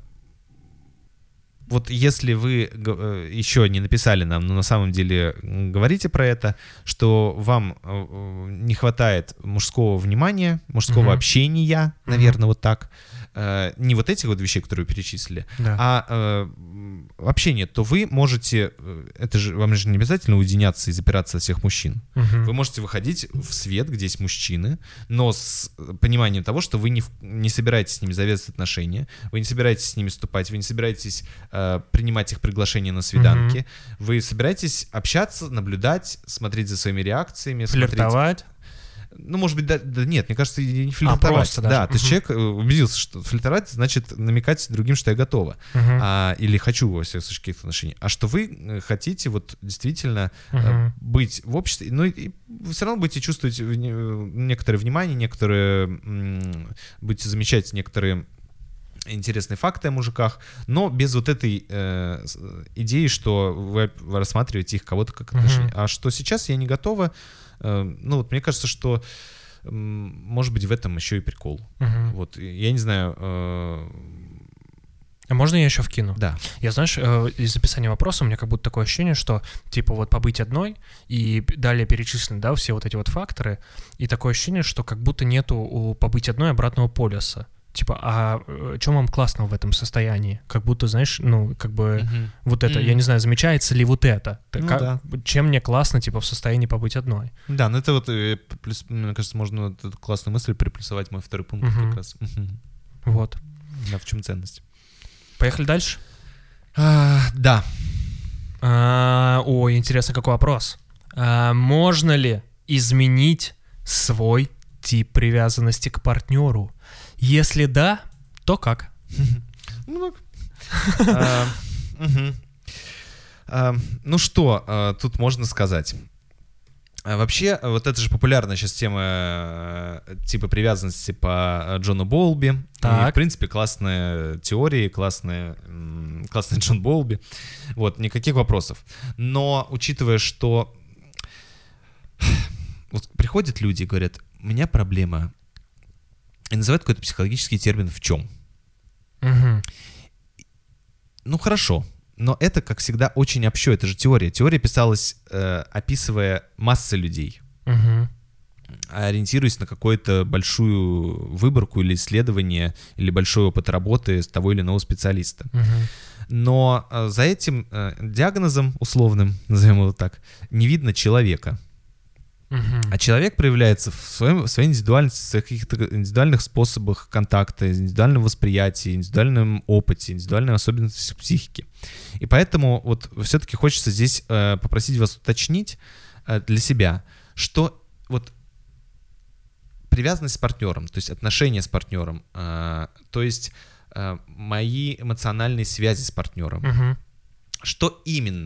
вот если вы г- э, еще не написали нам, но на самом деле м, говорите про это, что вам э, э, не хватает мужского внимания, мужского Мгм. общения, Мгм. наверное, вот так. Э, не вот этих вот вещей, которые вы перечислили, Да. а э, м, общение, то вы можете, э, это же вам же не обязательно уединяться и запираться от всех мужчин. Мгм. Вы можете выходить в свет, где есть мужчины, но с пониманием того, что вы не, в- не собираетесь с ними завязывать отношения, вы не собираетесь с ними вступать, вы не собираетесь э, принимать их приглашения на свиданки, вы собираетесь общаться, наблюдать, смотреть за своими реакциями, смотреть... Флиртовать. Ну, может быть, да, да нет, мне кажется, и не флиртовать. просто даже. Да, то есть Мгм. человек э, убедился, что флиртовать значит намекать другим, что я готова. Мгм. А, или хочу во всех случаях каких-то отношений. А что вы э, хотите вот действительно э, Мгм. быть в обществе, ну и, и вы все равно будете чувствовать в- не- некоторое внимание, некоторые, м, будете замечать некоторые интересные факты о мужиках, но без вот этой э, с- идеи, что вы, вы рассматриваете их кого-то как отношения. Мгм. А что сейчас я не готова, э, ну вот мне кажется, что м, может быть в этом еще и прикол. Мгм. Вот, и я не знаю, э, А можно я еще вкину? да. Я, знаешь, э, из описания вопроса у меня как будто такое ощущение, что, типа, вот побыть одной, и п- далее перечислены, да, все вот эти вот факторы, и такое ощущение, что как будто нету у побыть одной обратного полюса. Типа, а что вам классного в этом состоянии? Как будто, знаешь, ну, как бы Мгм. вот это, я Мгм. не знаю, замечается ли вот это? Т- Ну как- да. Чем мне классно, типа, в состоянии побыть одной? Да, ну это вот, э, плюс, мне кажется, можно вот эту классную мысль приплюсовать мой второй пункт Мгм. как раз. Мгм. Вот. Да, в чем ценность? Поехали дальше? А, да. А, ой, интересно, какой вопрос. А, можно ли изменить свой тип привязанности к партнеру? Если да, то как? Ну, а, мгм. А, Ну что, а, тут можно сказать. А Вообще, вот это же популярная сейчас тема э, типа привязанности по э, Джону Болби. И, Так. в принципе, классная теория, классная, м, классный Джон Болби. Вот, никаких вопросов. Но, учитывая, что вот приходят люди и говорят, у меня проблема, и называют какой-то психологический термин «в чем?». Мгм. Ну, хорошо. Но это, как всегда, очень общо. Это же теория. Теория писалась, э, описывая массы людей, Мгм. ориентируясь на какую-то большую выборку или исследование, или большой опыт работы с того или иного специалиста. Мгм. Но э, за этим э, диагнозом условным, назовем его так, не видно человека. Мгм. А человек проявляется в, своем, в своей индивидуальности, в своих каких-то индивидуальных способах контакта, индивидуальном восприятии, индивидуальном опыте, индивидуальной особенности психики. И поэтому вот все-таки хочется здесь э, попросить вас уточнить э, для себя, что вот привязанность с партнером, то есть отношения с партнером, э, то есть э, мои эмоциональные связи с партнером, Мгм. что именно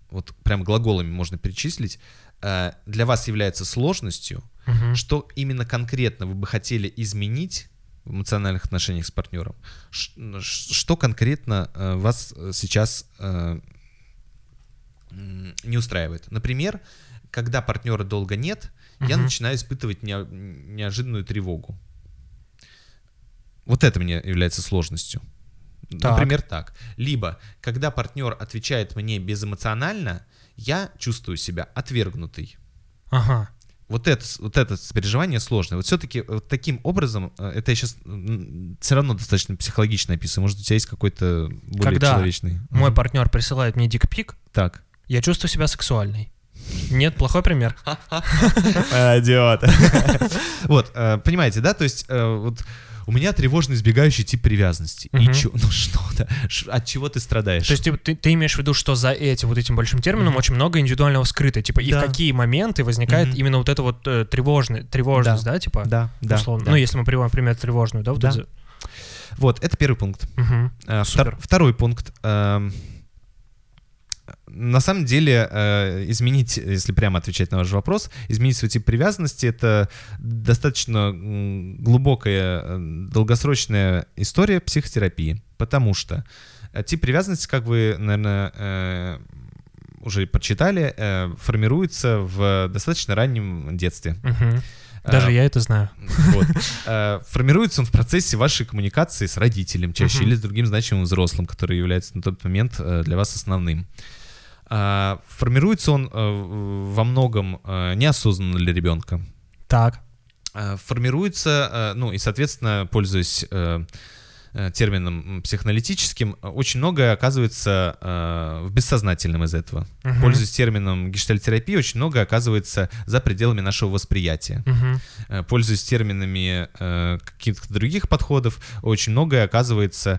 вот прям глаголами можно перечислить, э, для вас является сложностью, Мгм. что именно конкретно вы бы хотели изменить в эмоциональных отношениях с партнером, Ш- ш- что конкретно э, вас сейчас э, м, не устраивает. Например, когда партнера долго нет, я Мгм. начинаю испытывать нео- неожиданную тревогу. Вот это мне является сложностью. Так. Например, так. Либо, когда партнер отвечает мне безэмоционально, я чувствую себя отвергнутый. Ага. Вот это, с- вот это переживание сложное. Вот все-таки вот таким образом, э, это я сейчас все равно достаточно психологично описываю. Может, у тебя есть какой-то более Когда человечный? Мой Мгм. партнер присылает мне дикпик, Так. я чувствую себя сексуальной. Нет, плохой пример. Идиот. Вот, э, понимаете, да? То есть э, вот у меня тревожно избегающий тип привязанности. И Мгм. чё? Ну что-то. Ш- От чего ты страдаешь? То есть ты, ты- ты имеешь в виду, что за этим вот этим большим термином Мгм. очень много индивидуального скрыто, типа, и Да. в какие моменты возникает Мгм. именно вот это вот э, тревожный, тревожность, да, типа, Да, да. условно. да. Ну, если мы приводим, например, тревожную, да, вот Да. это- Вот, это первый пункт. Мгм. Э, Супер. втор- Второй пункт. эм, На самом деле, э, изменить, если прямо отвечать на ваш вопрос, изменить свой тип привязанности — это достаточно м, глубокая, э, долгосрочная история психотерапии, потому что э, тип привязанности, как вы, наверное, э, уже прочитали, э, формируется в достаточно раннем детстве. Мгм. Даже Э, я это знаю. вот. Э, Формируется он в процессе вашей коммуникации с родителем чаще Мгм. или с другим значимым взрослым, который является на тот момент э, для вас основным. А, Формируется он э, во многом э, неосознанно для ребенка. Так. Э, Формируется, э, ну и, соответственно, пользуясь э, э, термином психоаналитическим, э, очень многое оказывается э, в бессознательном из этого. Мгм. Пользуясь термином гештальтерапии, очень многое оказывается за пределами нашего восприятия. Мгм. Э, Пользуясь терминами э, каких-то других подходов, очень многое оказывается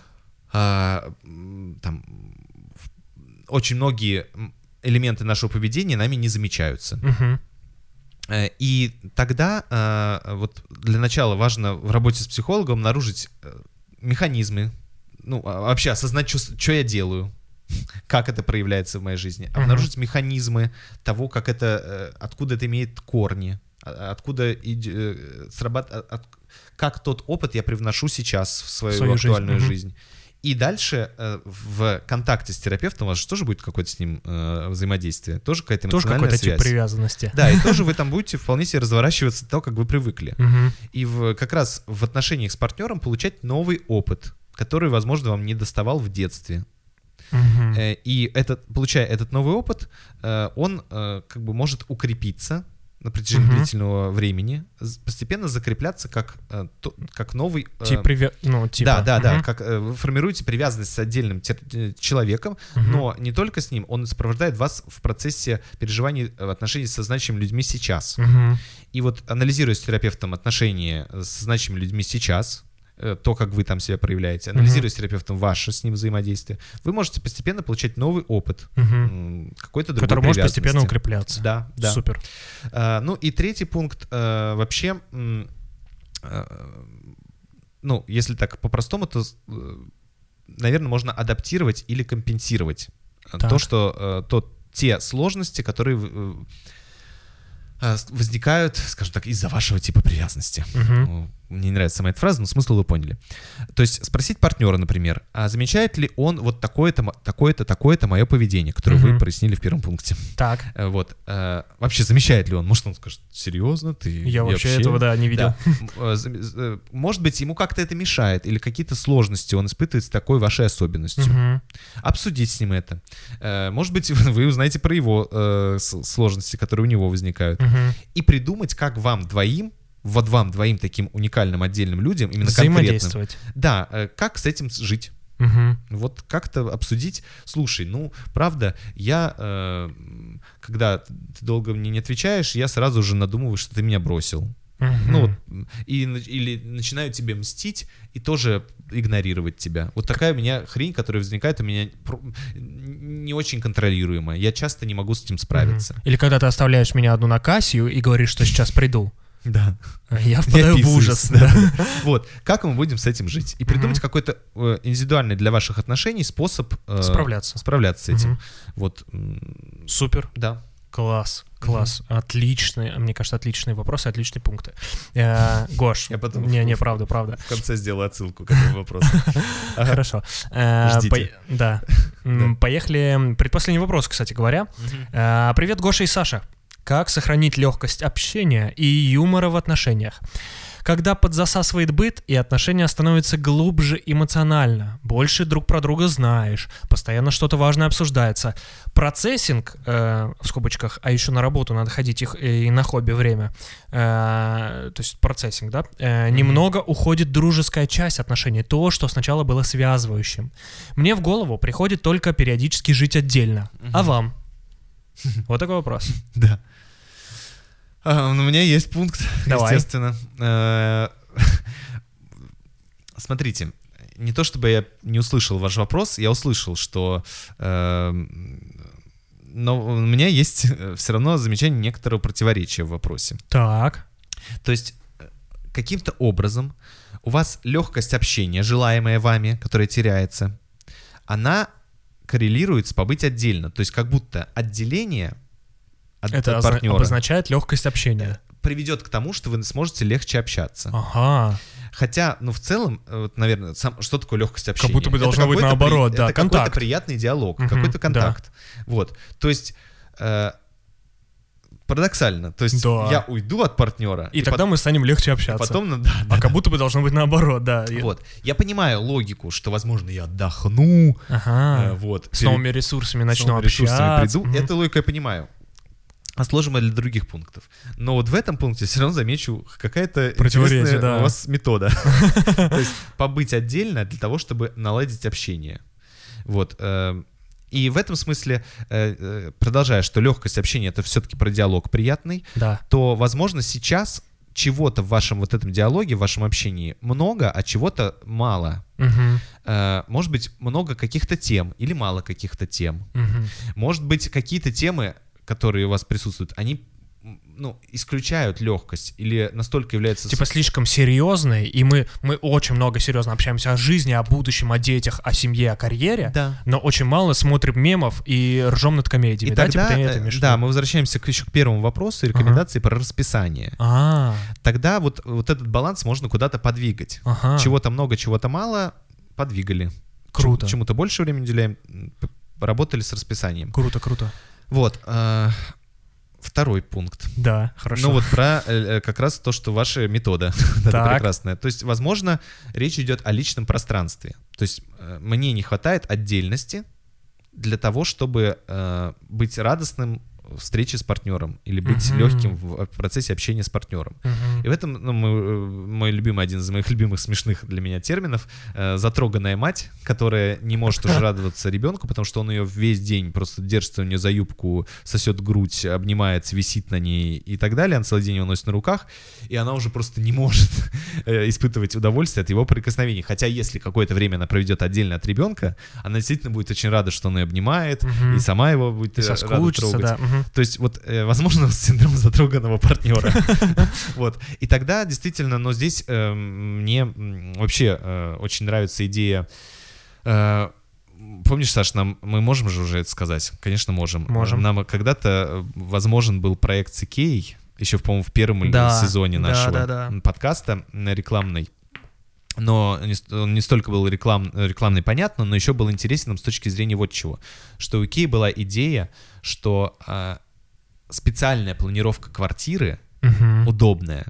а, м, там, в- очень многие м, элементы нашего поведения нами не замечаются. Мгм. Э, И тогда э, вот для начала важно в работе с психологом обнаружить э, механизмы, ну, а- вообще осознать, что я делаю, как это проявляется в моей жизни, Мгм. обнаружить механизмы того, как это, э, откуда это имеет корни, а- откуда иде- э, срабат- а- от- как тот опыт я привношу сейчас в свою, свою жизнь, актуальную мгм. жизнь. И дальше э, в контакте с терапевтом у вас же тоже будет какое-то с ним э, взаимодействие, тоже какая-то Тоже эмоциональная какой-то тип связь. привязанности. Да, и тоже вы там будете вполне себе разворачиваться то, как вы привыкли. Мгм. И в, как раз в отношениях с партнером получать новый опыт, который, возможно, вам не доставал в детстве. Мгм. Э, И этот, получая этот новый опыт, э, он э, как бы может укрепиться на протяжении Мгм. длительного времени, з- постепенно закрепляться как, э, то- как новый... э, Тип привя... Ну, типа. Да, да, да, Мгм. как э, вы формируете привязанность с отдельным тер- э, человеком, Мгм. но не только с ним, он сопровождает вас в процессе переживаний э, отношений со значимыми людьми сейчас. Мгм. И вот анализируя с терапевтом отношения с значимыми людьми сейчас, э, то, как вы там себя проявляете, анализируя с терапевтом ваше с ним взаимодействие, вы можете постепенно получать новый опыт, Мгм. м, какой-то другой Который может привязанности. постепенно укрепляться. Да, да. Супер. А, ну и третий пункт, э, вообще, м, э, ну, если так по-простому, то, наверное, можно адаптировать или компенсировать э, Так. то, что э, то, те сложности, которые э, э, возникают, скажем так, из-за вашего типа привязанности. Мгм. Ну, мне не нравится сама эта фраза, но смысл вы поняли. То есть спросить партнера, например, а замечает ли он вот такое-то, мо- такое-то, такое-то мое поведение, которое вы Мгм. прояснили в первом пункте. Так. Э, Вот. э, Вообще замечает ли он? Может, он скажет, серьезно? Ты Я вообще этого, да, не видел. Да. М, э, зам- э, Может быть, ему как-то это мешает, или какие-то сложности он испытывает с такой вашей особенностью. Мгм. Обсудить с ним это. Э, Может быть, вы узнаете про его э, с- сложности, которые у него возникают. Мгм. И придумать, как вам двоим, вот вам двоим таким уникальным отдельным людям, именно конкретным, Взаимодействовать. да, э, как с этим жить. Мгм. Вот как-то обсудить, слушай, ну, правда, я, э, когда ты долго мне не отвечаешь, я сразу же надумываю, что ты меня бросил. Мгм. Ну, вот, м, и, на- или начинаю тебе мстить и тоже игнорировать тебя. Вот такая у меня хрень, которая возникает у меня про- не очень контролируемая. Я часто не могу с этим справиться. Мгм. Или когда ты оставляешь меня одну на кассе и говоришь, что сейчас приду. Да. Я впадаю в ужас. Да. Вот, как мы будем с этим жить? И придумать угу. какой-то э, индивидуальный для ваших отношений способ э, справляться. справляться с этим. Угу. Вот. Супер. Да. Класс, класс. Угу. Отличный, мне кажется, отличные вопросы, отличные пункты. Э, Гош. Я потом не, не, правда, правда. В конце сделаю отсылку к этому вопросу. Хорошо. Ждите. Да. Поехали. Предпоследний вопрос, кстати говоря. Привет, Гоша и Саша. Как сохранить легкость общения и юмора в отношениях? Когда подзасасывает быт, и отношения становятся глубже эмоционально, больше друг про друга знаешь, постоянно что-то важное обсуждается. Процессинг, э, в скобочках, а еще на работу надо ходить их, и на хобби время, э, то есть процессинг, да, э, mm-hmm. немного уходит дружеская часть отношений, то, что сначала было связывающим. Мне в голову приходит только периодически жить отдельно. Mm-hmm. А вам? Вот такой вопрос. Да. А, у меня есть пункт, Давай. естественно. Смотрите, не то чтобы я не услышал ваш вопрос, я услышал, что... Но у меня есть все равно замечание некоторого противоречия в вопросе. Так. То есть каким-то образом у вас легкость общения, желаемая вами, которая теряется, она коррелирует с побыть отдельно. То есть как будто отделение... От, это от партнера обозначает легкость общения. Приведет к тому, что вы сможете легче общаться. Ага. Хотя, ну, в целом, вот, наверное, сам, что такое легкость общения? Как будто бы должно быть наоборот, при, да, это контакт. какой-то приятный диалог, угу, какой-то контакт. Да. Вот, то есть... Э, парадоксально. То есть да. я уйду от партнера. И, и тогда под... мы станем легче общаться. Потом, да, да, а да. как будто бы должно быть наоборот, да. Вот. Я понимаю логику, что, возможно, я отдохну. Ага. Э, вот, с новыми ресурсами начну с новыми общаться. Ресурсами приду. Угу. Эту логику я понимаю. А сложим для других пунктов. Но вот в этом пункте все равно замечу какая-то интересная да. у вас метода. То есть побыть отдельно для того, чтобы наладить общение. Вот. И в этом смысле, продолжая, что легкость общения — это все-таки про диалог приятный, да. то, возможно, сейчас чего-то в вашем вот этом диалоге, в вашем общении много, а чего-то мало. Угу. Может быть, много каких-то тем или мало каких-то тем. Угу. Может быть, какие-то темы, которые у вас присутствуют, они, ну, исключают легкость или настолько являются... Типа слишком серьезные, и мы, мы очень много серьезно общаемся о жизни, о будущем, о детях, о семье, о карьере, да. но очень мало смотрим мемов и ржем над комедиями. И да, тогда, типа, ты это да, мы возвращаемся к, еще к первому вопросу, рекомендации ага. про расписание. А-а-а. Тогда вот, вот этот баланс можно куда-то подвигать. Ага. Чего-то много, чего-то мало, подвигали. Круто. Чему-то больше времени уделяем, работали с расписанием. Круто, круто. Вот, э, второй пункт. Да, хорошо. Ну вот про э, как раз то, что ваша метода это прекрасная. То есть, возможно, речь идет о личном пространстве. То есть э, мне не хватает отдельности для того, чтобы э, быть радостным в встрече с партнером или быть uh-huh. легким в процессе общения с партнером. Uh-huh. И в этом, ну, мой, мой любимый, один из моих любимых смешных для меня терминов э, затроганная мать, которая не может уже радоваться ребенку, потому что он ее весь день просто держится у нее за юбку, сосет грудь, обнимается, висит на ней и так далее. Он целый день его носит на руках, и она уже просто не может э, испытывать удовольствие от его прикосновений. Хотя если какое-то время она проведет отдельно от ребенка, она действительно будет очень рада, что он ее обнимает, uh-huh. и сама его будет и рада трогать. Да. Uh-huh. То есть вот, э, возможно, синдром затроганного партнера. Вот. И тогда действительно, но здесь э, мне вообще э, очень нравится идея. Э, помнишь, Саш, нам мы можем же уже это сказать? Конечно, можем. Можем. Нам когда-то возможен был проект с Икеей, еще, по-моему, в первом да. сезоне нашего да, да, да. подкаста рекламный. Но не, он не столько был реклам, рекламный, понятно, но еще был интересен с точки зрения вот чего. Что у Икеи была идея, что э, специальная планировка квартиры, uh-huh. удобная,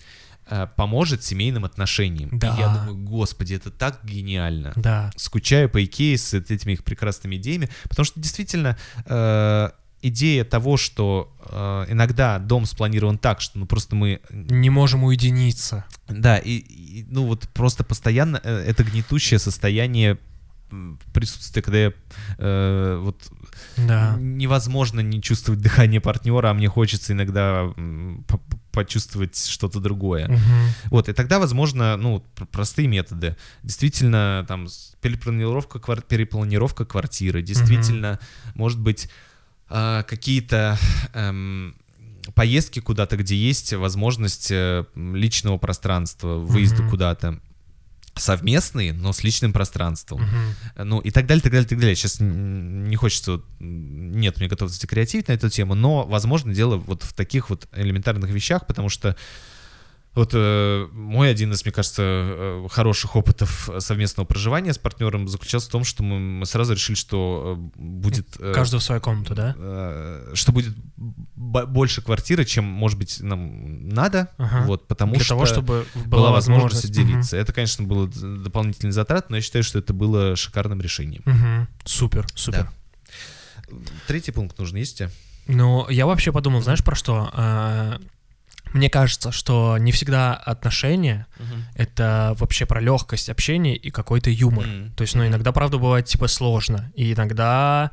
э, поможет семейным отношениям. Да. И я думаю, господи, это так гениально. Да. Скучаю по Икее с этими их прекрасными идеями, потому что действительно... Э, идея того, что э, иногда дом спланирован так, что ну просто мы... Не можем уединиться. Да, и, и ну вот просто постоянно э, это гнетущее состояние присутствия, когда я, э, вот да. невозможно не чувствовать дыхание партнера, а мне хочется иногда по почувствовать что-то другое. Угу. Вот, и тогда, возможно, ну, простые методы. Действительно, там, перепланировка, квар... перепланировка квартиры, действительно, угу. может быть, какие-то эм, поездки куда-то, где есть возможность э, личного пространства, выезда Мгм. куда-то. Совместные, но с личным пространством. Мгм. Ну и так далее, так далее, так далее. Сейчас н- не хочется, вот, м, нет у меня готовности креативить на эту тему, но, возможно, дело вот в таких вот элементарных вещах, потому что вот э, мой один из, мне кажется, э, хороших опытов совместного проживания с партнером заключался в том, что мы, мы сразу решили, что э, будет... э, Каждую в свою комнату, да? э, что будет б- больше квартиры, чем, может быть, нам надо, Ага. вот, потому Для что того, чтобы была была возможность возможность. отделиться. Это, конечно, было д- дополнительный затрат, но я считаю, что это было шикарным решением. Мгм. Мгм. Супер, супер. Третий пункт нужен, есть у тебя? Ну, я вообще подумал, знаешь, про что? А, Мне кажется, что не всегда отношения — это вообще про легкость общения и какой-то юмор. Мгм. То есть, ну, иногда, правда, бывает, типа, сложно. И иногда,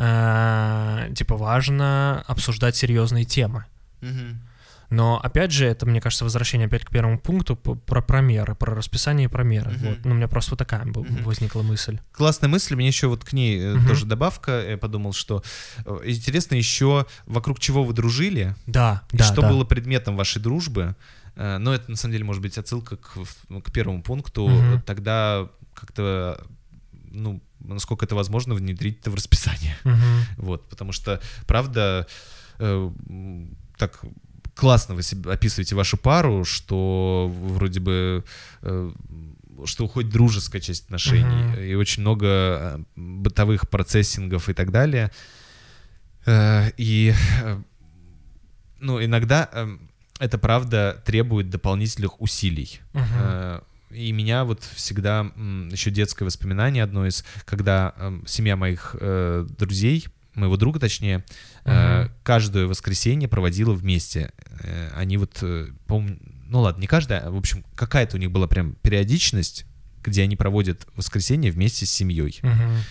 э, типа, важно обсуждать серьезные темы. Мгм. Но, опять же, это, мне кажется, возвращение опять к первому пункту п- про промеры, про расписание и промеры. Мгм. Вот. Ну, у меня просто вот такая б- Мгм. возникла мысль. Классная мысль, мне еще вот к ней э, Мгм. тоже добавка. Я подумал, что э, интересно еще, вокруг чего вы дружили, Да, и да, что да. было предметом вашей дружбы. Э, Но это, на самом деле, может быть отсылка к, в- к первому пункту. Мгм. Тогда как-то, ну, насколько это возможно, внедрить это в расписание. Мгм. Вот, потому что, правда, э, м, так классно вы себе описываете вашу пару, что вроде бы, э, что уходит дружеская часть отношений, Мгм. и очень много э, бытовых процессингов и так далее. Э, И, э, ну, иногда э, это, правда, требует дополнительных усилий. Мгм. Э, И меня вот всегда м, еще детское воспоминание одно из, когда эм, семья моих э, друзей, моего друга точнее, э, Мгм. каждое воскресенье проводила вместе. Э, Они вот, э, по-моему, ну ладно, не каждая, а, в общем, какая-то у них была прям периодичность, где они проводят воскресенье вместе с семьей. Мгм.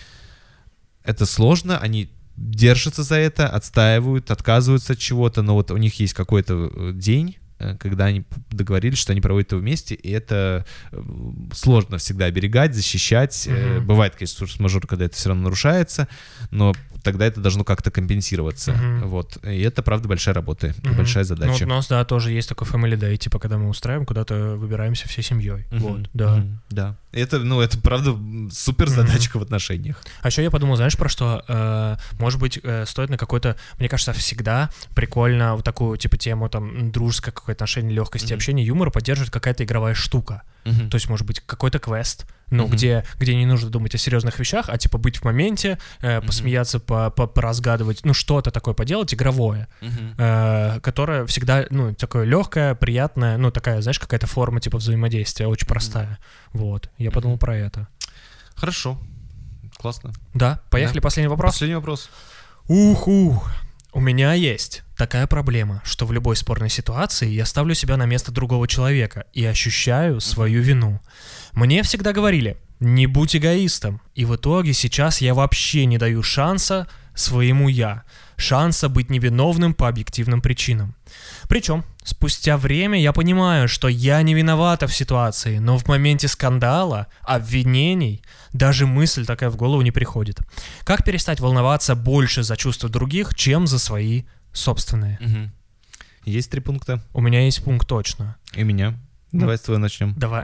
Это сложно, они держатся за это, отстаивают, отказываются от чего-то, но вот у них есть какой-то э, день, э, когда они п- договорились, что они проводят его вместе, и это э, сложно всегда оберегать, защищать. Э, Мгм. Бывает, конечно, форс-мажор, когда это все равно нарушается, но тогда это должно как-то компенсироваться. Мгм. Вот. И это, правда, большая работа, и Мгм. большая Ну, задача. вот у нас, да, тоже есть такой family day, типа, когда мы устраиваем, куда-то выбираемся всей семьей. Мгм. Вот, да. Мгм. Да. Это, ну, это, правда, м, супер задачка в отношениях. А еще я подумал, знаешь, про что? Э, может быть, э, стоит на какой-то... Мне кажется, всегда прикольно вот такую, типа, тему, там, дружеское какое-то отношение, легкости Мгм. общения, юмора поддерживать какая-то игровая штука. Мгм. То есть, может быть, какой-то квест, ну, Мгм. где, где не нужно думать о серьезных вещах, а, типа, быть в моменте, э, Мгм. посмеяться, по- по- поразгадывать, ну, что-то такое поделать, игровое, Мгм. э, которое всегда, ну, такое легкое, приятное, ну, такая, знаешь, какая-то форма, типа, взаимодействия, очень простая. Вот, я подумал Мгм. про это. Хорошо. Классно. Да, поехали, Да. последний вопрос. Последний вопрос. Ух-ух. У меня есть такая проблема, что в любой спорной ситуации я ставлю себя на место другого человека и ощущаю свою вину. Мне всегда говорили: не будь эгоистом. И в итоге сейчас я вообще не даю шанса своему «я», шанса быть невиновным по объективным причинам. Причем, спустя время я понимаю, что я не виновата в ситуации, но в моменте скандала, обвинений, даже мысль такая в голову не приходит. Как перестать волноваться больше за чувства других, чем за свои собственные? Мгм. Есть три пункта. У меня есть пункт точно. И меня. Ну. Давай с твоего начнем. Давай.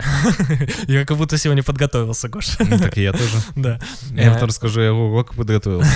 Я как будто сегодня подготовился, Гош. Ну, Так и я тоже. Да. Я Э, потом расскажу, я ого, как подготовился.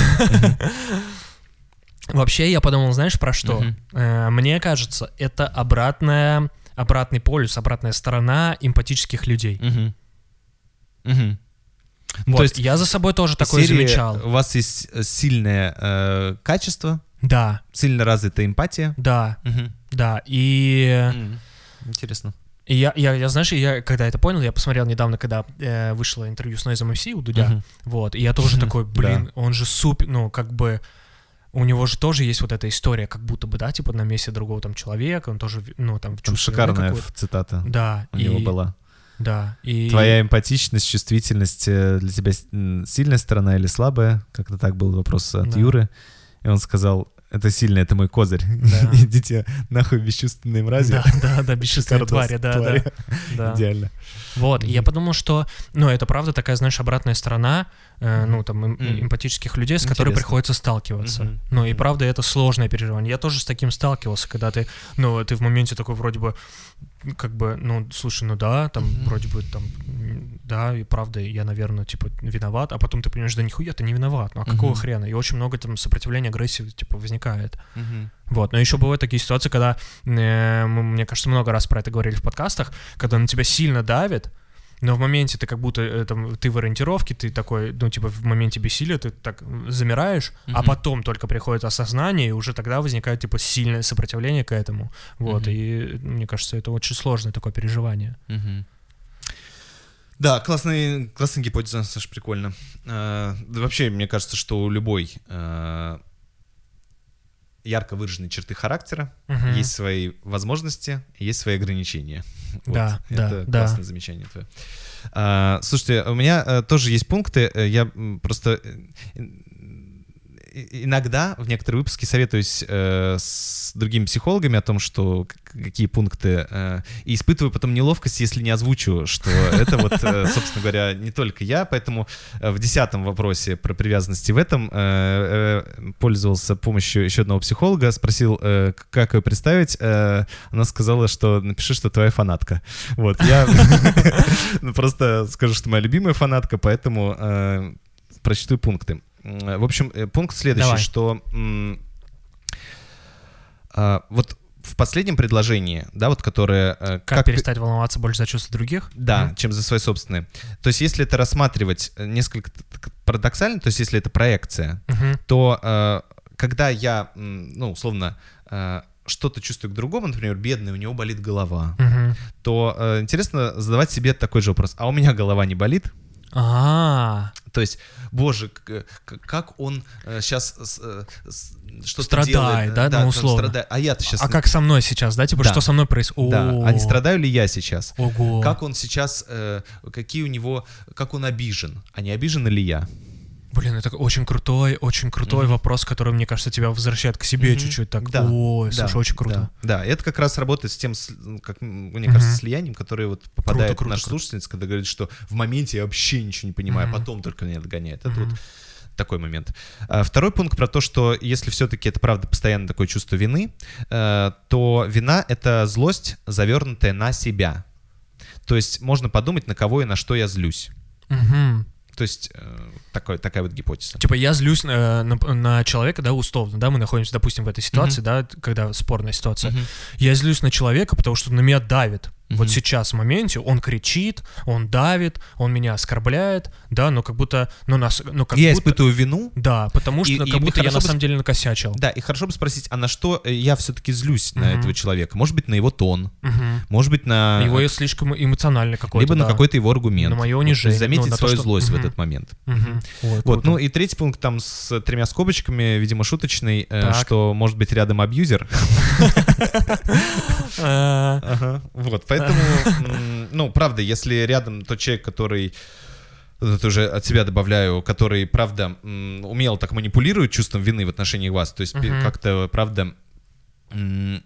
Вообще, я подумал, знаешь, про что? Мгм. Э, Мне кажется, это обратная, обратный полюс, обратная сторона эмпатических людей. Мгм. Мгм. Ну, Вот, то есть я за собой тоже из такое серии замечал. у вас есть э, сильное э, качество, Да, сильно развитая эмпатия. да, Мгм. да. И, М, Интересно. и я, я, я, знаешь, я когда это понял, я посмотрел недавно, когда э, вышло интервью с Noise эм си у Дудя, Мгм. вот, и я тоже Мгм, такой, блин, он же супер, ну, как бы, у него же тоже есть вот эта история, как будто бы, да, типа на месте другого там человека, он тоже, ну, там, Там чувствует вины шикарная какую-то. ф- цитата Да, у и, него была. да, и... Твоя эмпатичность, чувствительность э, для тебя с- м, сильная сторона или слабая? Как-то так был вопрос от Да. Юры. И он сказал, это сильно, это мой козырь. Да. Идите нахуй, бесчувственные мрази. Да, да, да, бесчувственные твари, да, Твари. да. Да. Идеально. Вот, и я подумал, что, ну, это правда такая, знаешь, обратная сторона, э, ну, там, эм- Мгм. эмпатических людей, с которыми Интересно. приходится сталкиваться. Мгм. Ну, и Мгм. правда, это сложное переживание. Я тоже с таким сталкивался, когда ты, ну, ты в моменте такой вроде бы, как бы, ну, слушай, ну да, там, Мгм. вроде бы, там, м, да, и правда, я, наверное, типа, виноват, а потом ты понимаешь, да нихуя ты не виноват, ну, а какого Мгм. хрена? И очень много там сопротивления, агрессии, типа, возникает. Мгм. Вот, но еще бывают такие ситуации, когда, э, мы, мне кажется, много раз про это говорили в подкастах, когда на тебя сильно давит, но в моменте ты как будто, э, там, ты в ориентировке, ты такой, ну, типа, в моменте бессилия ты так замираешь, а Мгм. потом только приходит осознание, и уже тогда возникает, типа, сильное сопротивление к этому. Вот, Мгм. и мне кажется, это очень сложное такое переживание. Мгм. Да, классный, классная гипотеза, Саш, прикольно. Э, да вообще, мне кажется, что у любой э, ярко выраженной черты характера Мгм. есть свои возможности, есть свои ограничения. Вот. Да, да, Это да. классное замечание твое. А, слушайте, у меня э, тоже есть пункты. э, Я м, просто э, и- иногда в некоторые выпуски советуюсь э, с другими психологами о том, что к- какие пункты, э, и испытываю потом неловкость, если не озвучу, что это вот, э, собственно говоря, не только я, поэтому э, в десятом вопросе про привязанности в этом э, э, пользовался помощью еще одного психолога, спросил, э, к- как ее представить, э, она сказала, что напиши, что твоя фанатка. Вот, я ну, просто скажу, что моя любимая фанатка, поэтому э, прочитаю пункты. М, В общем, э, пункт следующий, Давай. что м, а, вот в последнем предложении, да, вот которое... э, Как, перестать волноваться больше за чувства других? Да, Мгм. чем за свои собственные. То есть если это рассматривать э, несколько т- т- парадоксально, то есть если это проекция, Мгм. то э, когда я, м, ну, условно, э, что-то чувствую к другому, например, бедный, у него болит голова, Мгм. то э, интересно задавать себе такой же вопрос. А у меня голова не болит? А, То есть, боже, к- к- как он сейчас что-то Страдает, делает. да, ну, там условно. страдает. А я-то сейчас... а как со мной сейчас, да? Типа, Да. что со мной происходит? Да, а не страдаю ли я сейчас? Ого. Как он сейчас, э, какие у него, как он обижен, а не обижен ли я? Блин, это очень крутой, очень крутой Мгм. вопрос, который, мне кажется, тебя возвращает к себе Мгм. чуть-чуть так. Да, Ой, да, слушай, очень круто. Да, да, это как раз работает с тем, с- ну, как м, мне Мгм. кажется, слиянием, которое вот попадает круто, в нашу круто. слушательницу, когда говорит, что в моменте я вообще ничего не понимаю, Мгм. а потом только меня догоняет. Это Мгм. вот такой момент. А, Второй пункт про то, что если все-таки это правда постоянно такое чувство вины, э, то вина — это злость, завернутая на себя. То есть можно подумать, на кого и на что я злюсь. Мгм. То есть э, такой, такая вот гипотеза. Типа я злюсь на, на, на человека, да, условно, да, мы находимся, допустим, в этой ситуации, Мгм. да, когда спорная ситуация. Мгм. Я злюсь на человека, потому что он на меня давит. Вот Мгм. сейчас в моменте он кричит, он давит, он меня оскорбляет, да, но как будто, ну, нас, ну, как Я будто... испытываю вину. Да, потому И- что и как мне будто я хорошо на бы самом с- деле накосячил. Да, и хорошо бы спросить, а на что э, я все-таки злюсь на Мгм. этого человека? Может быть, на его тон, Мгм. может быть, на... Его слишком эмоциональный какой-то, либо на да. какой-то его аргумент. На моё Вот, унижение, то есть заметить ну, на то, свою что- злость в Мгм. этот момент. Мгм. Ой, Вот, круто. ну и третий пункт там с тремя скобочками, видимо, шуточный, э, Так. что может быть рядом абьюзер. Э, Ага, вот, поэтому, м, ну, правда, если рядом тот человек, который, это уже от себя добавляю, который, правда, м, умело так манипулирует чувством вины в отношении вас, то есть пе- Мгм. как-то, правда, м,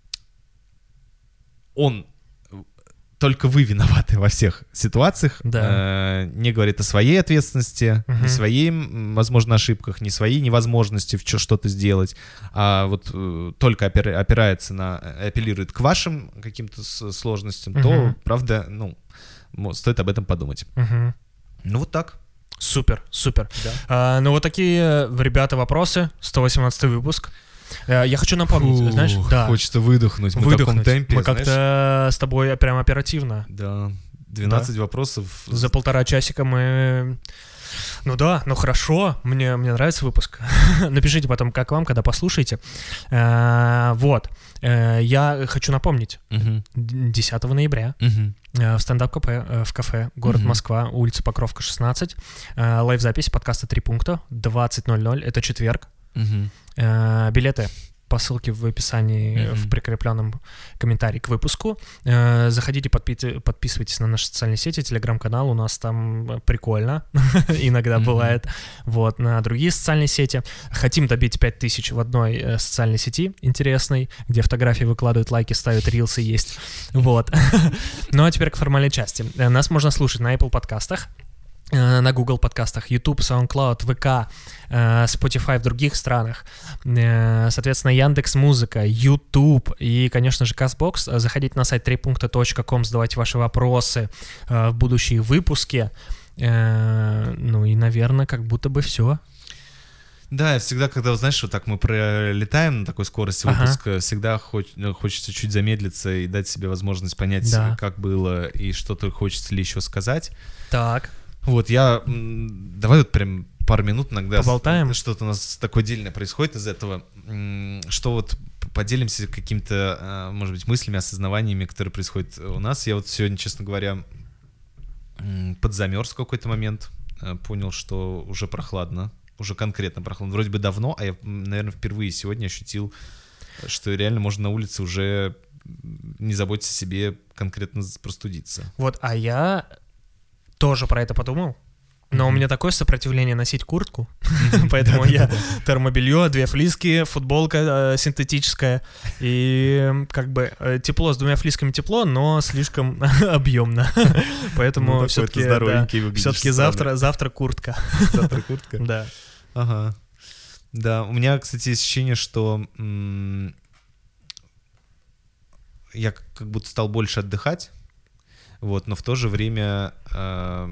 он только вы виноваты во всех ситуацициях, Да. э, не говорит о своей ответственности, Мгм. не своей, м, возможно, ошибках, не своей невозможности в чё- что-то сделать, а вот э, только опира- опирается на, э, апеллирует к вашим каким-то с- сложностям, то, Мгм. правда, ну, мо- стоит об этом подумать. Мгм. Ну, вот так. Супер, супер. Да. А, ну вот такие, э, ребята, вопросы. сто восемнадцатый выпуск. Э, Я хочу напомнить, знаешь, да, Хочется выдохнуть. Мы в таком выдохнуть. темпе, Мы знаешь. как-то с тобой прям оперативно. Да, двенадцать вопросов. За полтора часика мы... Ну да, ну хорошо, мне, мне нравится выпуск. Напишите потом, как вам, когда послушаете. Э, Вот, Э, я хочу напомнить, Мгм, д- десятого ноября мгм. э, в стендап-кафе э, в кафе, город Мгм. Москва, улица Покровка, шестнадцать. Э, Лайв-запись подкаста «Три пункта», двадцать ноль ноль, это четверг. Мгм. Э, Билеты по по ссылке в описании, Mm-hmm. в прикрепленном комментарии к выпуску. Э, заходите, подпи- подписывайтесь на наши социальные сети, телеграм-канал, у нас там прикольно, иногда бывает. Вот, на другие социальные сети. Хотим добить пять тысяч в одной э, социальной сети интересной, где фотографии выкладывают, лайки ставят, рилсы есть. Вот. Ну а теперь к формальной части. Нас можно слушать на Apple подкастах, на Google подкастах, YouTube, SoundCloud, ви кей, Spotify в других странах, соответственно, Яндекс.Музыка, YouTube и, конечно же, CastBox. Заходите на сайт три пункта точка ком, задавайте ваши вопросы в будущие выпуски. Ну и, наверное, как будто бы все. Да, всегда, когда, знаешь, вот так мы пролетаем на такой скорости ага. выпуска, всегда хоч, хочется чуть замедлиться и дать себе возможность понять, да. как было и что-то хочется ли еще сказать. Так. Вот, я... Давай вот прям пару минут иногда... Поболтаем. Что-то у нас такое дельное происходит из этого, что вот поделимся какими-то, может быть, мыслями, осознаваниями, которые происходят у нас. Я вот сегодня, честно говоря, подзамерз в какой-то момент, понял, что уже прохладно. Уже конкретно прохладно. Вроде бы давно, а я, наверное, впервые сегодня ощутил, что реально можно на улице уже не заботиться о себе, конкретно простудиться. Вот, а я тоже про это подумал, но mm-hmm. у меня такое сопротивление носить куртку, mm-hmm. поэтому я термобелье, две флиски, футболка э, синтетическая, и как бы э, тепло, с двумя флисками тепло, но слишком объемно, поэтому ну, все-таки, да, все-таки завтра, завтра куртка. Завтра куртка? Да. Ага. Да, у меня, кстати, есть ощущение, что м- я как будто стал больше отдыхать, вот, но в то же время э-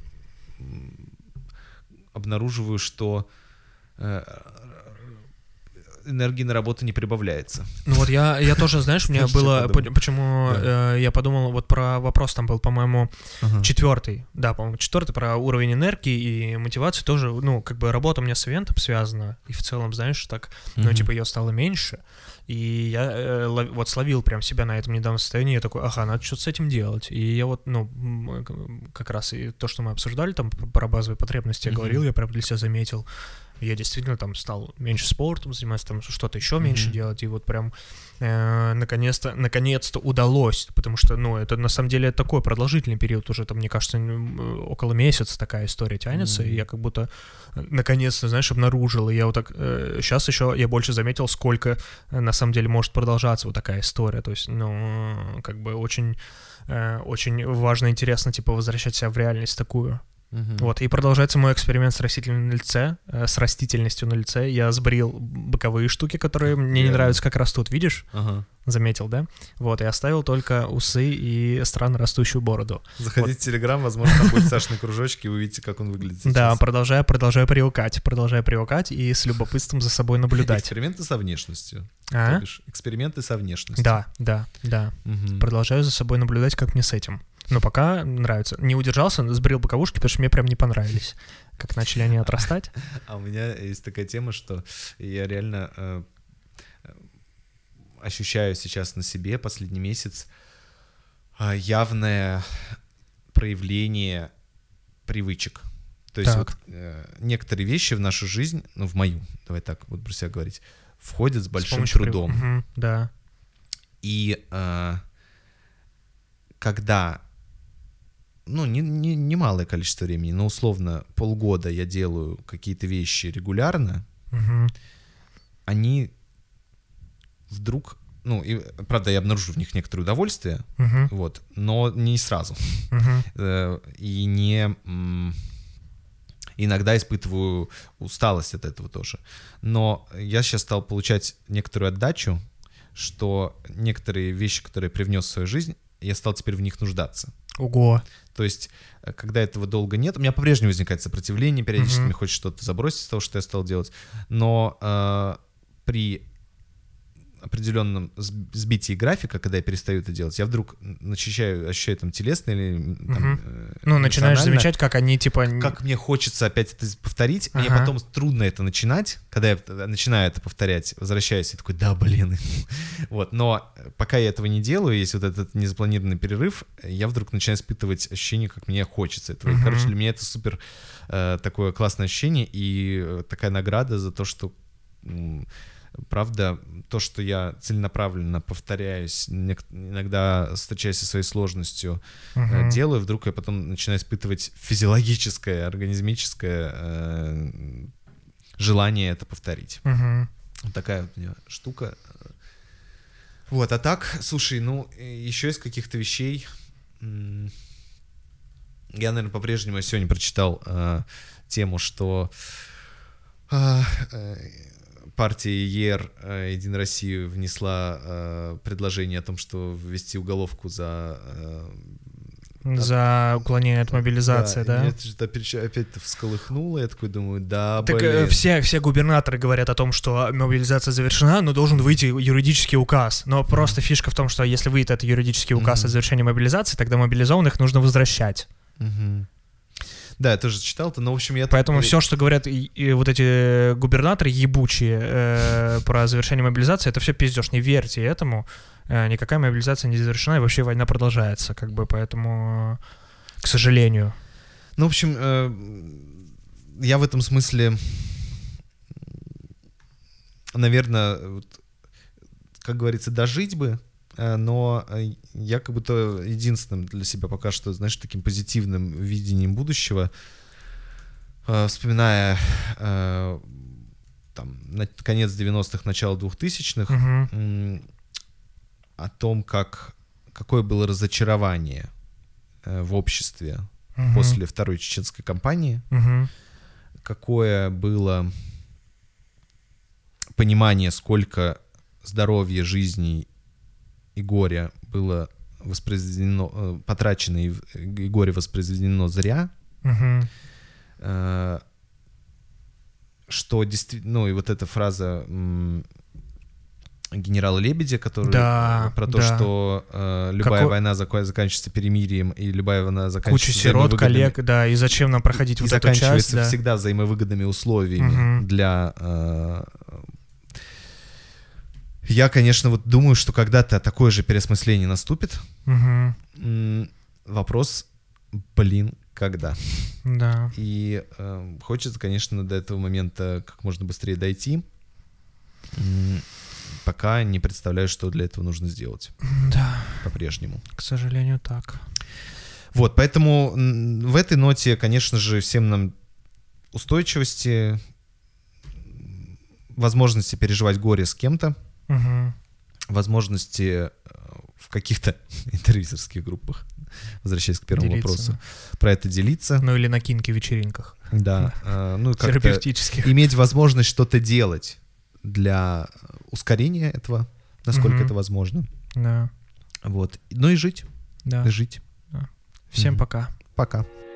обнаруживаю, что э- энергии на работу не прибавляется. Ну вот я, я тоже, знаешь, у меня было, почему да. э, я подумал, вот про вопрос там был, по-моему, ага. четвертый, да, по-моему, четвертый, про уровень энергии и мотивации тоже, ну, как бы работа у меня с ивентом связана, и в целом, знаешь, так, ну, угу. типа, ее стало меньше, и я э, лов, вот словил прям себя на этом недавнем состоянии, я такой, ага, надо что-то с этим делать, и я вот, ну, как раз и то, что мы обсуждали там про базовые потребности, я угу. говорил, я прям для себя заметил, я действительно там стал меньше спортом заниматься, там что-то еще mm-hmm. меньше делать, и вот прям э, наконец-то, наконец-то удалось, потому что, ну, это на самом деле такой продолжительный период, уже там, мне кажется, около месяца такая история тянется, mm-hmm. и я как будто наконец-то, знаешь, обнаружил, и я вот так, э, сейчас еще я больше заметил, сколько на самом деле может продолжаться вот такая история, то есть, ну, как бы очень, э, очень важно и интересно, типа, возвращать себя в реальность такую. Uh-huh. Вот, и продолжается мой эксперимент с растительностью на лице, э, с растительностью на лице. Я сбрил боковые штуки, которые мне yeah. не нравятся, как растут, видишь? Uh-huh. Заметил, да? Вот, и оставил только усы и странно растущую бороду. Заходите вот. В Телеграм, возможно, там будет Сашины кружочки, и увидите, как он выглядит сейчас. Да, продолжаю, продолжаю привыкать, продолжаю привыкать и с любопытством за собой наблюдать. Эксперименты со внешностью. А? Эксперименты со внешностью. Да, да, да. Uh-huh. Продолжаю за собой наблюдать, как мне с этим. Но пока нравится. Не удержался, сбрил боковушки, потому что мне прям не понравились, как начали они отрастать. А у меня есть такая тема, что я реально э, ощущаю сейчас на себе последний месяц э, явное проявление привычек. То есть вот, э, некоторые вещи в нашу жизнь, ну в мою, давай так вот про себя говорить, входят с большим с трудом. При... Угу, да. И э, когда... ну, не, не, не малое количество времени, но условно полгода я делаю какие-то вещи регулярно, угу. они вдруг, ну, и, правда, я обнаружу в них некоторое удовольствие, угу. вот, но не сразу. Угу. И не... Иногда испытываю усталость от этого тоже. Но я сейчас стал получать некоторую отдачу, что некоторые вещи, которые я привнес в свою жизнь, я стал теперь в них нуждаться. Ого. То есть, когда этого долго нет, у меня по-прежнему возникает сопротивление, периодически uh-huh. мне хочется что-то забросить из того, что я стал делать, но э, при определенном сбитии графика, когда я перестаю это делать, я вдруг ощущаю, ощущаю там телесно или там, uh-huh. ну, начинаешь замечать, как они типа... Как мне хочется опять это повторить, uh-huh. мне потом трудно это начинать, когда я начинаю это повторять, возвращаюсь и такой, да, блин. Вот, но пока я этого не делаю, есть вот этот незапланированный перерыв, я вдруг начинаю испытывать ощущение, как мне хочется этого. Uh-huh. И, короче, для меня это супер э, такое классное ощущение и такая награда за то, что... правда, то, что я целенаправленно повторяюсь, иногда встречаясь со своей сложностью, uh-huh. делаю, вдруг я потом начинаю испытывать физиологическое, организмическое э, желание это повторить. Uh-huh. Вот такая вот у меня штука. Вот, а так, слушай, ну, еще из каких-то вещей... Я, наверное, по-прежнему сегодня прочитал э, тему, что э, э, партия ЕР э, «Единая Россия» внесла э, предложение о том, что ввести уголовку за... Э, за уклонение от мобилизации, да? да? Это же опять, опять всколыхнуло, я такой думаю, да, так, блин. Все, все губернаторы говорят о том, что мобилизация завершена, но должен выйти юридический указ. Но mm-hmm. просто фишка в том, что если выйдет этот юридический указ mm-hmm. о завершении мобилизации, тогда мобилизованных нужно возвращать. Mm-hmm. Да, я тоже читал это, но, в общем, я... Поэтому так... все, что говорят и, и вот эти губернаторы ебучие э, про завершение мобилизации, это все пиздеж, не верьте этому. Э, никакая мобилизация не завершена, и вообще война продолжается, как бы, поэтому, к сожалению. Ну, в общем, э, я в этом смысле, наверное, вот, как говорится, дожить бы, но я как будто единственным для себя пока что, знаешь, таким позитивным видением будущего, вспоминая там конец девяностых, начало двухтысячных, uh-huh. о том, как, какое было разочарование в обществе uh-huh. после второй чеченской кампании, uh-huh. какое было понимание, сколько здоровья, жизней и горя было воспроизведено, потрачено, и, и горе воспроизведено зря, uh-huh. э, что действительно, ну и вот эта фраза м, генерала Лебедя, который да, про то, да. что э, любая Какой... война зак- заканчивается перемирием, и любая война заканчивается куча сирот, коллег, да, и зачем нам проходить и вот эту часть, заканчивается да. всегда взаимовыгодными условиями uh-huh. для... Э, Я, конечно, вот думаю, что когда-то такое же переосмысление наступит. Угу. М- вопрос, блин, когда? Да. И э, хочется, конечно, до этого момента как можно быстрее дойти. М- пока не представляю, что для этого нужно сделать. Да. По-прежнему. К сожалению, так. Вот, поэтому м- в этой ноте, конечно же, всем нам устойчивости, возможности переживать горе с кем-то, Угу. возможности в каких-то интервьюерских группах, возвращаясь к первому делиться. вопросу, про это делиться. Ну или на кинки-вечеринках. Да. Э, ну, как-то терапевтических. иметь возможность что-то делать для ускорения этого, насколько угу. это возможно. Да. Вот. Ну и жить. Да. И жить. Да. Всем угу. пока. Пока.